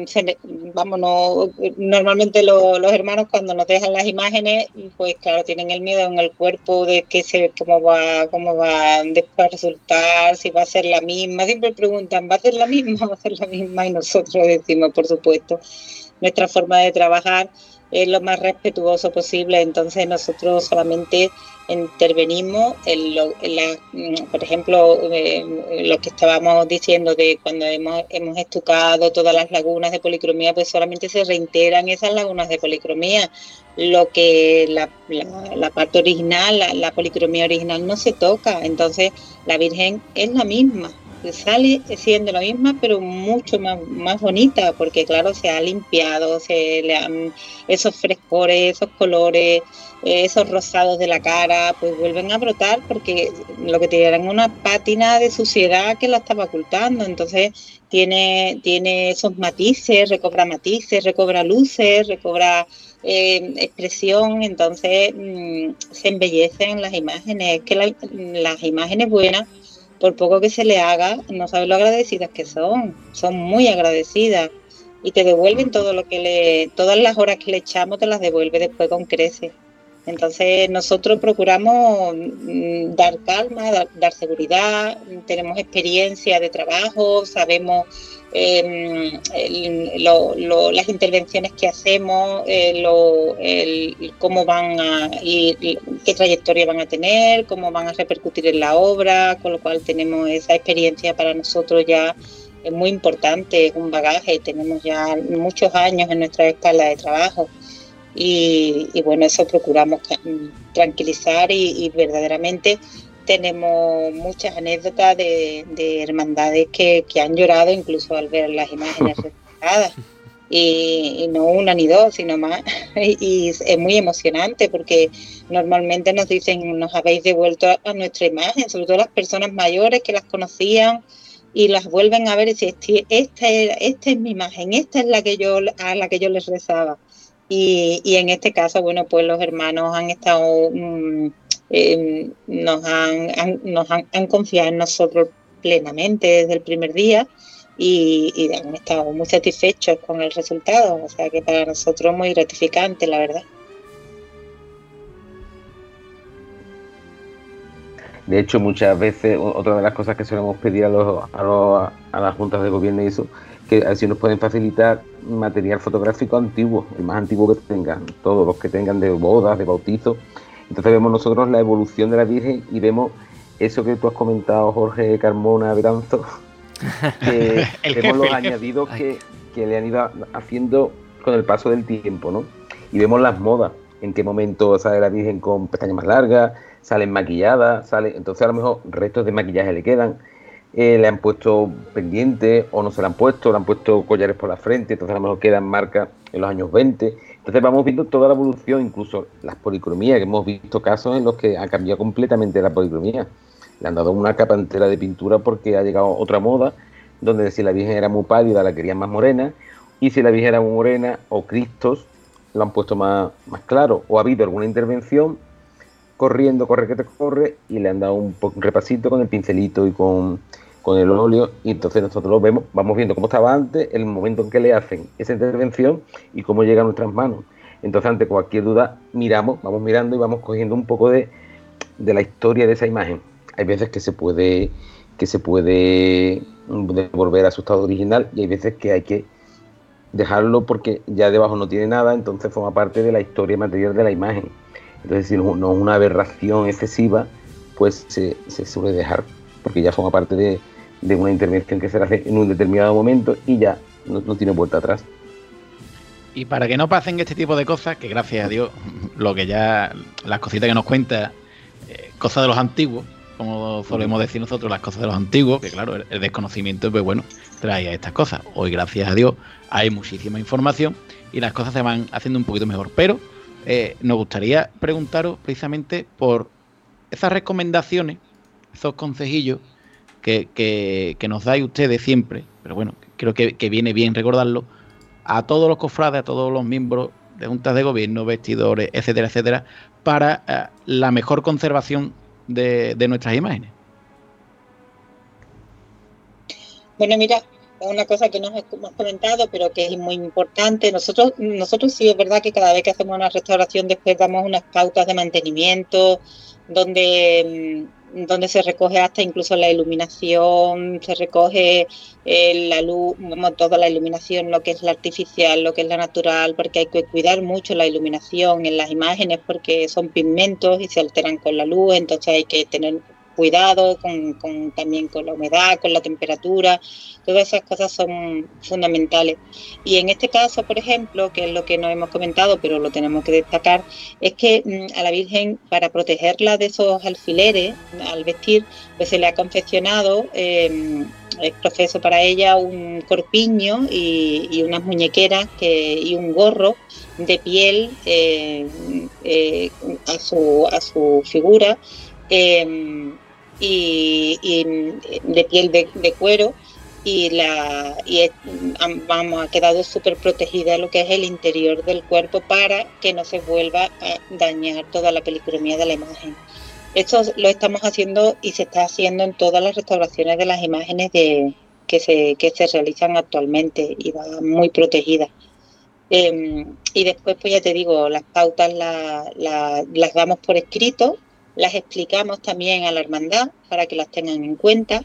normalmente los hermanos cuando nos dejan las imágenes, pues claro, tienen el miedo en el cuerpo de cómo va después a resultar, si va a ser la misma. Siempre preguntan, ¿va a ser la misma? ¿Va a ser la misma? Y nosotros decimos, por supuesto, nuestra forma de trabajar es lo más respetuoso posible, entonces nosotros solamente intervenimos por ejemplo, lo que estábamos diciendo de cuando hemos estucado todas las lagunas de policromía, pues solamente se reintegran esas lagunas de policromía. Lo que la parte original, la policromía original no se toca, entonces la Virgen es la misma. Sale siendo la misma, pero mucho más bonita, porque claro, se ha limpiado, se le han esos frescores, esos colores, esos rosados de la cara, pues vuelven a brotar, porque lo que tenían una pátina de suciedad que la estaba ocultando. Entonces tiene esos matices, recobra luces, recobra expresión. Entonces se embellecen las imágenes. Es que las imágenes buenas, por poco que se le haga, no sabes lo agradecidas que son muy agradecidas, y te devuelven todas las horas que le echamos, te las devuelve después con creces. Entonces nosotros procuramos dar calma, dar seguridad, tenemos experiencia de trabajo, sabemos las intervenciones que hacemos, cómo van a ir, qué trayectoria van a tener, cómo van a repercutir en la obra, con lo cual tenemos esa experiencia. Para nosotros ya es muy importante, es un bagaje, tenemos ya muchos años en nuestra espalda de trabajo. Y bueno, eso procuramos tranquilizar, y verdaderamente tenemos muchas anécdotas de hermandades que han llorado incluso al ver las imágenes restauradas, y no una ni dos, sino más. Y es muy emocionante porque normalmente nos dicen, nos habéis devuelto a nuestra imagen, sobre todo las personas mayores que las conocían y las vuelven a ver y dicen, esta es mi imagen, esta es a la que yo les rezaba. Y en este caso, bueno, pues los hermanos han estado, nos han confiado en nosotros plenamente desde el primer día, y han estado muy satisfechos con el resultado. O sea que para nosotros muy gratificante, la verdad. De hecho, muchas veces, otra de las cosas que solemos pedir a las juntas de gobierno y eso, que así nos pueden facilitar material fotográfico antiguo, el más antiguo que tengan, todos los que tengan de bodas, de bautizos. Entonces vemos nosotros la evolución de la Virgen y vemos eso que tú has comentado, Jorge Carmona Beranzo, que vemos los añadidos que le han ido haciendo con el paso del tiempo, ¿no? Y vemos las modas, en qué momento sale la Virgen con pestañas más largas, salen maquilladas, entonces a lo mejor restos de maquillaje le quedan. Le han puesto pendientes o no se le han puesto collares por la frente, entonces a lo mejor quedan marcas en los años 20. Entonces vamos viendo toda la evolución, incluso las policromías, que hemos visto casos en los que ha cambiado completamente la policromía. Le han dado una capa entera de pintura porque ha llegado otra moda, donde si la Virgen era muy pálida la querían más morena, y si la Virgen era muy morena o Cristos lo han puesto más claro, o ha habido alguna intervención corriendo, corre que te corre, y le han dado un repasito con el pincelito y con el óleo, y entonces nosotros lo vemos, vamos viendo cómo estaba antes, el momento en que le hacen esa intervención y cómo llega a nuestras manos. Entonces, ante cualquier duda, vamos mirando y vamos cogiendo un poco de la historia de esa imagen. Hay veces que se puede devolver a su estado original, y hay veces que hay que dejarlo porque ya debajo no tiene nada, entonces forma parte de la historia material de la imagen. Entonces, si no es una aberración excesiva, pues se suele dejar, porque ya forma parte de una intervención que se hace en un determinado momento y ya no tiene vuelta atrás. Y para que no pasen este tipo de cosas, que gracias a Dios, las cositas que nos cuenta, cosas de los antiguos, como solemos decir nosotros, las cosas de los antiguos, que claro, el desconocimiento, pues bueno, trae a estas cosas. Hoy, gracias a Dios, hay muchísima información y las cosas se van haciendo un poquito mejor. Pero nos gustaría preguntaros precisamente por esas recomendaciones, esos consejillos que nos dais ustedes siempre, pero bueno, creo que viene bien recordarlo, a todos los cofrades, a todos los miembros de juntas de gobierno, vestidores, etcétera, etcétera, para la mejor conservación de nuestras imágenes. Bueno, mira, una cosa que no hemos comentado, pero que es muy importante. Nosotros sí es verdad que cada vez que hacemos una restauración después damos unas pautas de mantenimiento donde se recoge hasta incluso la iluminación, se recoge la luz, toda la iluminación, lo que es la artificial, lo que es la natural, porque hay que cuidar mucho la iluminación en las imágenes porque son pigmentos y se alteran con la luz, entonces hay que tener cuidado también con la humedad, con la temperatura, todas esas cosas son fundamentales. Y en este caso, por ejemplo, que es lo que no hemos comentado, pero lo tenemos que destacar, es que a la Virgen, para protegerla de esos alfileres al vestir, pues se le ha confeccionado, es profeso para ella, un corpiño y unas muñequeras y un gorro de piel a su figura, y de piel de cuero, ha quedado súper protegida lo que es el interior del cuerpo para que no se vuelva a dañar toda la policromía de la imagen. Esto lo estamos haciendo y se está haciendo en todas las restauraciones de las imágenes que se realizan actualmente, y va muy protegida. Y después, pues ya te digo, las pautas las damos por escrito, las explicamos también a la hermandad para que las tengan en cuenta,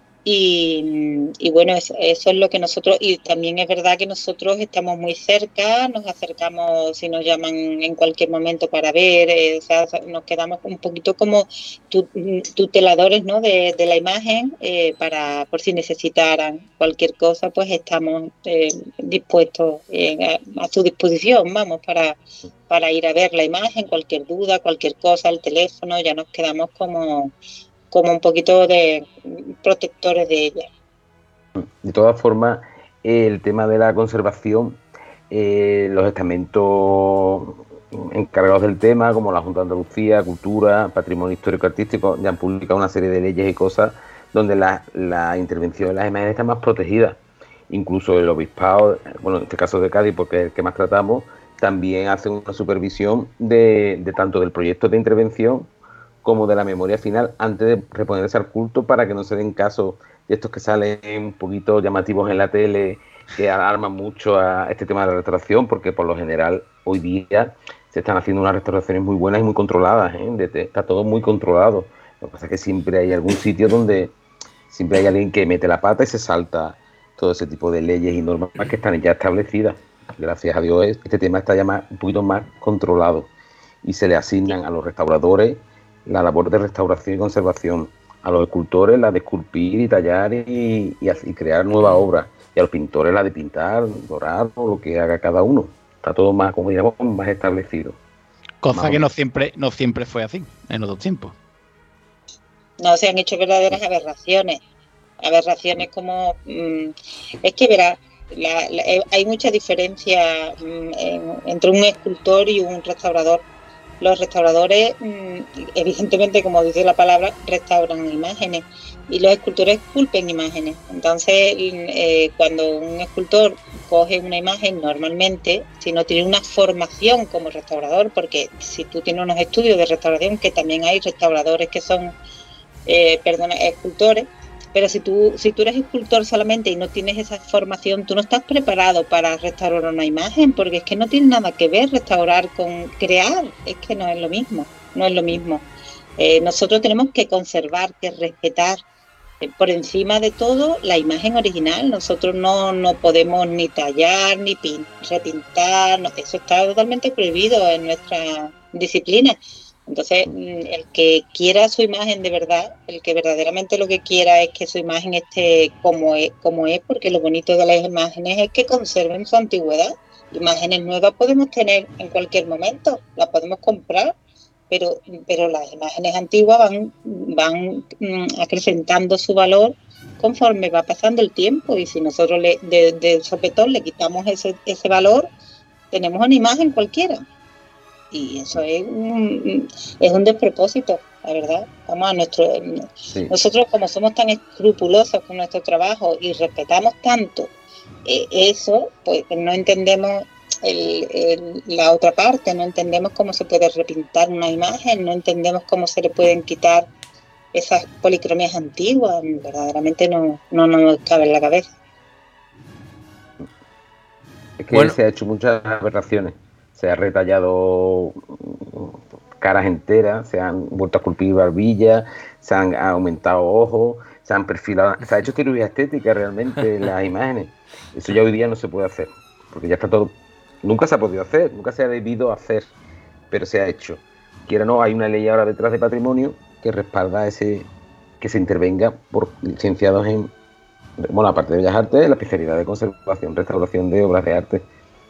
y bueno, eso es lo que nosotros, y también es verdad que nosotros estamos muy cerca, nos acercamos si nos llaman en cualquier momento para ver, o sea, nos quedamos un poquito como tuteladores, ¿no?, de la imagen, por si necesitaran cualquier cosa, pues estamos dispuestos a su disposición, vamos, para ir a ver la imagen, cualquier duda, cualquier cosa, el teléfono, ya nos quedamos como un poquito de protectores de ella. De todas formas, el tema de la conservación, los estamentos encargados del tema, como la Junta de Andalucía, Cultura, Patrimonio Histórico Artístico, ya han publicado una serie de leyes y cosas donde la intervención de las imágenes está más protegida. Incluso el obispado, bueno, en este caso de Cádiz, porque es el que más tratamos, también hace una supervisión de tanto del proyecto de intervención como de la memoria final antes de reponerse al culto, para que no se den casos de estos que salen un poquito llamativos en la tele, que alarman mucho a este tema de la restauración, porque por lo general hoy día se están haciendo unas restauraciones muy buenas y muy controladas, está todo muy controlado. Lo que pasa es que siempre hay algún sitio donde siempre hay alguien que mete la pata y se salta todo ese tipo de leyes y normas que están ya establecidas. Gracias a Dios este tema está ya un poquito más controlado y se le asignan a los restauradores la labor de restauración y conservación, a los escultores la de esculpir y tallar y crear nuevas obras, y a los pintores la de pintar, dorar o lo que haga cada uno. Está todo más, como digamos, más establecido. Cosa más que no siempre fue así en otros tiempos. No, se han hecho verdaderas aberraciones como es que verá, hay mucha diferencia entre un escultor y un restaurador. los restauradores, evidentemente, como dice la palabra, restauran imágenes y los escultores esculpen imágenes. Entonces, cuando un escultor coge una imagen, normalmente, si no tiene una formación como restaurador, porque si tú tienes unos estudios de restauración, que también hay restauradores que son, escultores, pero si tú eres escultor solamente y no tienes esa formación, tú no estás preparado para restaurar una imagen, porque es que no tiene nada que ver restaurar con crear, es que no es lo mismo, no es lo mismo. Nosotros tenemos que conservar, que respetar por encima de todo la imagen original. Nosotros no podemos ni tallar, ni repintar, eso está totalmente prohibido en nuestra disciplina. Entonces, el que quiera su imagen de verdad, el que verdaderamente lo que quiera es que su imagen esté como es, porque lo bonito de las imágenes es que conserven su antigüedad. Imágenes nuevas podemos tener en cualquier momento, las podemos comprar, pero las imágenes antiguas van acrecentando su valor conforme va pasando el tiempo, y si nosotros de sopetón le quitamos ese valor, tenemos una imagen cualquiera. Y eso es un despropósito, la verdad. Nosotros, como somos tan escrupulosos con nuestro trabajo y respetamos tanto eso, pues no entendemos la otra parte, no entendemos cómo se puede repintar una imagen, no entendemos cómo se le pueden quitar esas policromías antiguas. Verdaderamente no nos cabe en la cabeza. Es que se ha hecho muchas aberraciones. Se ha retallado caras enteras, se han vuelto a esculpir barbillas, se han aumentado ojos, se han perfilado, se ha hecho cirugía estética realmente en las imágenes. Eso ya hoy día no se puede hacer, porque ya está todo, nunca se ha podido hacer, nunca se ha debido hacer, pero se ha hecho. Quiera o no, hay una ley ahora detrás de patrimonio que respalda que se intervenga por licenciados en, aparte de Bellas Artes, la especialidad de conservación, restauración de obras de arte.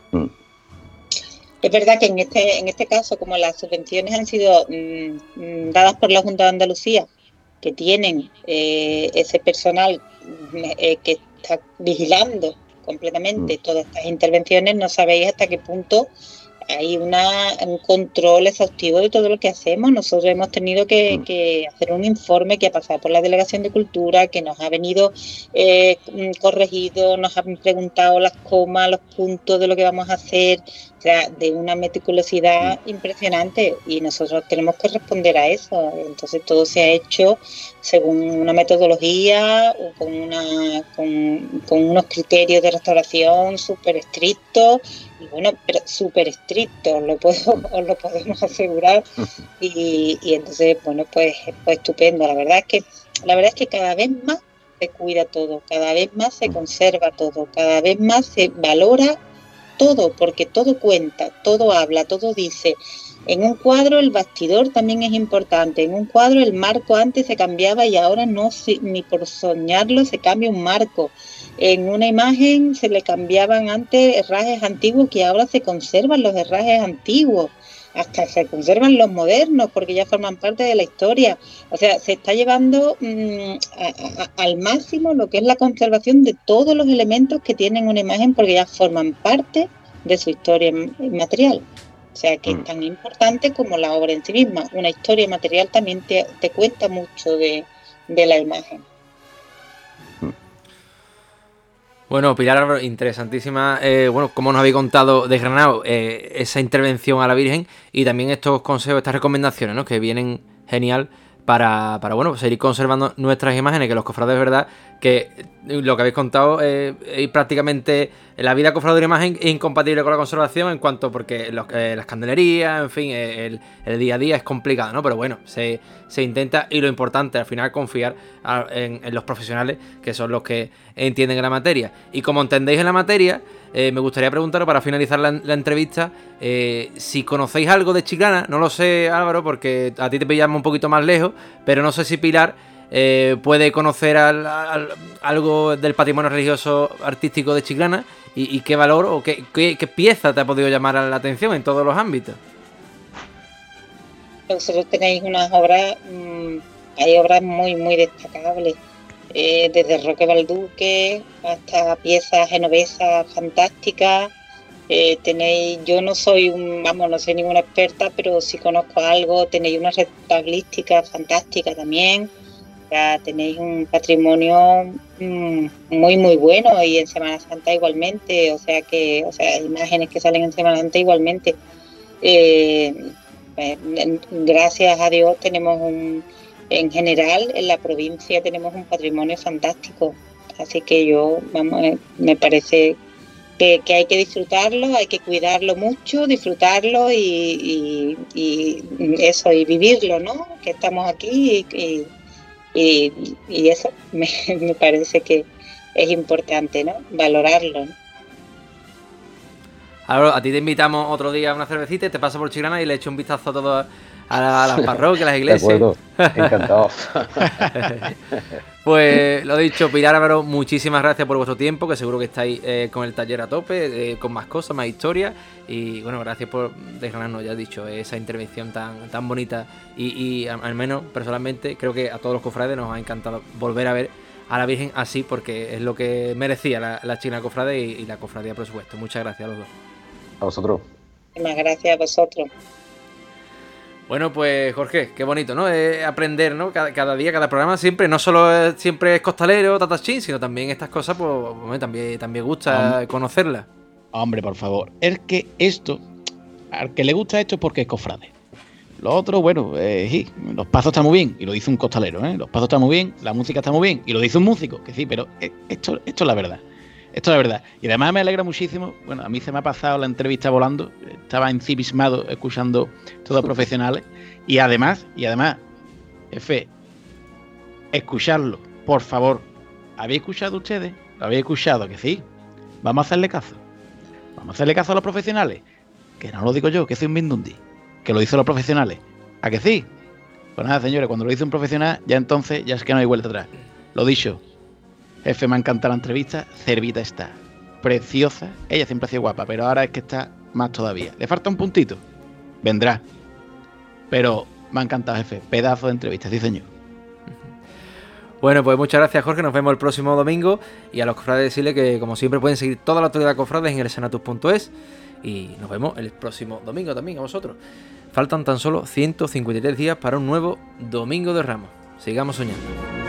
Es verdad que en este caso, como las subvenciones han sido dadas por la Junta de Andalucía, que tienen ese personal que está vigilando completamente todas estas intervenciones, no sabéis hasta qué punto hay un control exhaustivo de todo lo que hacemos. Nosotros hemos tenido que hacer un informe que ha pasado por la Delegación de Cultura, que nos ha venido corregido, nos han preguntado las comas, los puntos de lo que vamos a hacer, o sea, de una meticulosidad impresionante, y nosotros tenemos que responder a eso. Entonces todo se ha hecho según una metodología o con unos criterios de restauración súper estrictos. Y bueno, pero súper estricto, os lo podemos asegurar. Y entonces, bueno, pues estupendo. La verdad es que cada vez más se cuida todo, cada vez más se conserva todo, cada vez más se valora todo, porque todo cuenta, todo habla, todo dice. En un cuadro el bastidor también es importante. En un cuadro el marco antes se cambiaba y ahora no, ni por soñarlo se cambia un marco. En una imagen se le cambiaban antes herrajes antiguos, que ahora se conservan los herrajes antiguos. Hasta se conservan los modernos, porque ya forman parte de la historia. O sea, se está llevando al máximo lo que es la conservación de todos los elementos que tienen una imagen, porque ya forman parte de su historia material. O sea, que es tan importante como la obra en sí misma. Una historia material también te cuenta mucho de la imagen. Bueno, Pilar, interesantísima, como nos habéis contado, desgranado esa intervención a la Virgen, y también estos consejos, estas recomendaciones, ¿no?, que vienen genial para seguir conservando nuestras imágenes, que los cofrades, es verdad, que lo que habéis contado es prácticamente la vida cofrade de una imagen es incompatible con la conservación, en cuanto porque las candelerías, en fin, el día a día es complicado, ¿no? Pero bueno, se intenta, y lo importante al final confiar en los profesionales, que son los que entienden en la materia. Y como entendéis en la materia, me gustaría preguntaros, para finalizar la entrevista, si conocéis algo de Chiclana. No lo sé, Álvaro, porque a ti te pillamos un poquito más lejos, pero no sé si Pilar puede conocer algo del patrimonio religioso artístico de Chiclana, y qué valor o qué pieza te ha podido llamar la atención en todos los ámbitos. Vosotros tenéis unas obras, hay obras muy, muy destacables, desde Roque Balduque hasta piezas genovesas fantásticas, yo no soy no soy ninguna experta, pero sí conozco algo. Tenéis una red tablística fantástica también. Ya tenéis un patrimonio muy muy bueno, y en Semana Santa igualmente, o sea imágenes que salen en Semana Santa igualmente. Gracias a Dios tenemos en general en la provincia tenemos un patrimonio fantástico, así que me parece que hay que disfrutarlo, hay que cuidarlo mucho, disfrutarlo y eso, y vivirlo, ¿no? Que estamos aquí y eso me parece que es importante, ¿no? Valorarlo, ¿no? Ahora, a ti te invitamos otro día a una cervecita y te paso por Chiclana y le echo un vistazo a todo a las parroquias, a las iglesias. De acuerdo, encantado. Pues lo dicho, Pilar, Álvaro, muchísimas gracias por vuestro tiempo, que seguro que estáis con el taller a tope, con más cosas, más historias, y bueno, gracias por desgranarnos, ya he dicho, esa intervención tan bonita, y al menos personalmente creo que a todos los cofrades nos ha encantado volver a ver a la Virgen así, porque es lo que merecía la Chiclana Cofrade y la cofradía, por supuesto. Muchas gracias a los dos. A vosotros. Muchas gracias a vosotros. Bueno, pues Jorge, qué bonito, ¿no? Aprender, ¿no? Cada día, cada programa, siempre, no solo siempre es costalero, tatachín, sino también estas cosas, pues también gusta conocerlas. Hombre, por favor, al que le gusta esto es porque es cofrade. Lo otro, bueno, sí, los pasos están muy bien, y lo dice un costalero, ¿eh? Los pasos están muy bien, la música está muy bien, y lo dice un músico, que sí, pero esto es la verdad. Esto es la verdad. Y además me alegra muchísimo. Bueno, a mí se me ha pasado la entrevista volando. Estaba ensimismado escuchando todos profesionales. Y además, Efe, escucharlo, por favor. ¿Habéis escuchado ustedes? ¿Lo habéis escuchado? Que sí. Vamos a hacerle caso. Vamos a hacerle caso a los profesionales. Que no lo digo yo, que soy un mindundi. Que lo dicen los profesionales. ¿A que sí? Pues nada, señores, cuando lo dice un profesional, ya entonces ya es que no hay vuelta atrás. Lo dicho. Jefe, me ha encantado la entrevista. Cervita está preciosa. Ella siempre ha sido guapa, pero ahora es que está más todavía. Le falta un puntito. Vendrá. Pero me ha encantado, jefe. Pedazo de entrevista, sí, señor. Bueno, pues muchas gracias, Jorge. Nos vemos el próximo domingo. Y a los cofrades decirle que, como siempre, pueden seguir toda la actualidad de cofrades en elsenatus.es. Y nos vemos el próximo domingo también a vosotros. Faltan tan solo 153 días para un nuevo Domingo de Ramos. Sigamos soñando.